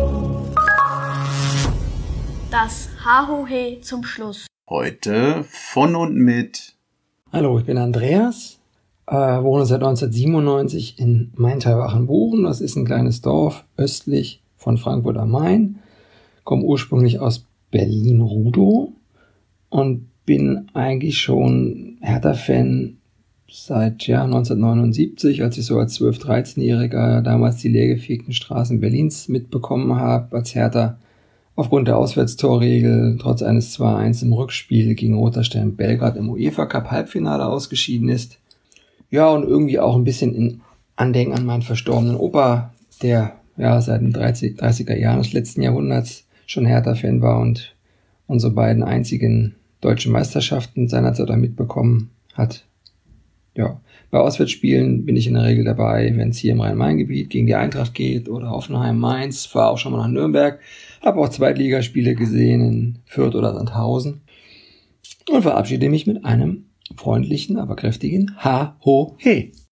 Das Hahohe zum Schluss. Heute von und mit. Hallo, ich bin Andreas, wohne seit 1997 in Maintal-Wachenbuchen. Das ist ein kleines Dorf östlich von Frankfurt am Main. Komme ursprünglich aus Berlin-Rudow und bin eigentlich schon Hertha-Fan seit 1979, als ich so als 12-, 13-Jähriger damals die leergefegten Straßen Berlins mitbekommen habe, als Hertha aufgrund der Auswärtstorregel trotz eines 2-1 im Rückspiel gegen Roter Stern Belgrad im UEFA Cup Halbfinale ausgeschieden ist. Ja, und irgendwie auch ein bisschen in Andenken an meinen verstorbenen Opa, der ja seit den 30er Jahren des letzten Jahrhunderts schon Hertha-Fan war und unsere beiden einzigen deutschen Meisterschaften seinerzeit mitbekommen hat. Ja, bei Auswärtsspielen bin ich in der Regel dabei, wenn es hier im Rhein-Main-Gebiet gegen die Eintracht geht oder Hoffenheim-Mainz. Fahre auch schon mal nach Nürnberg, habe auch Zweitligaspiele gesehen in Fürth oder Sandhausen und verabschiede mich mit einem freundlichen, aber kräftigen Ha-Ho-He.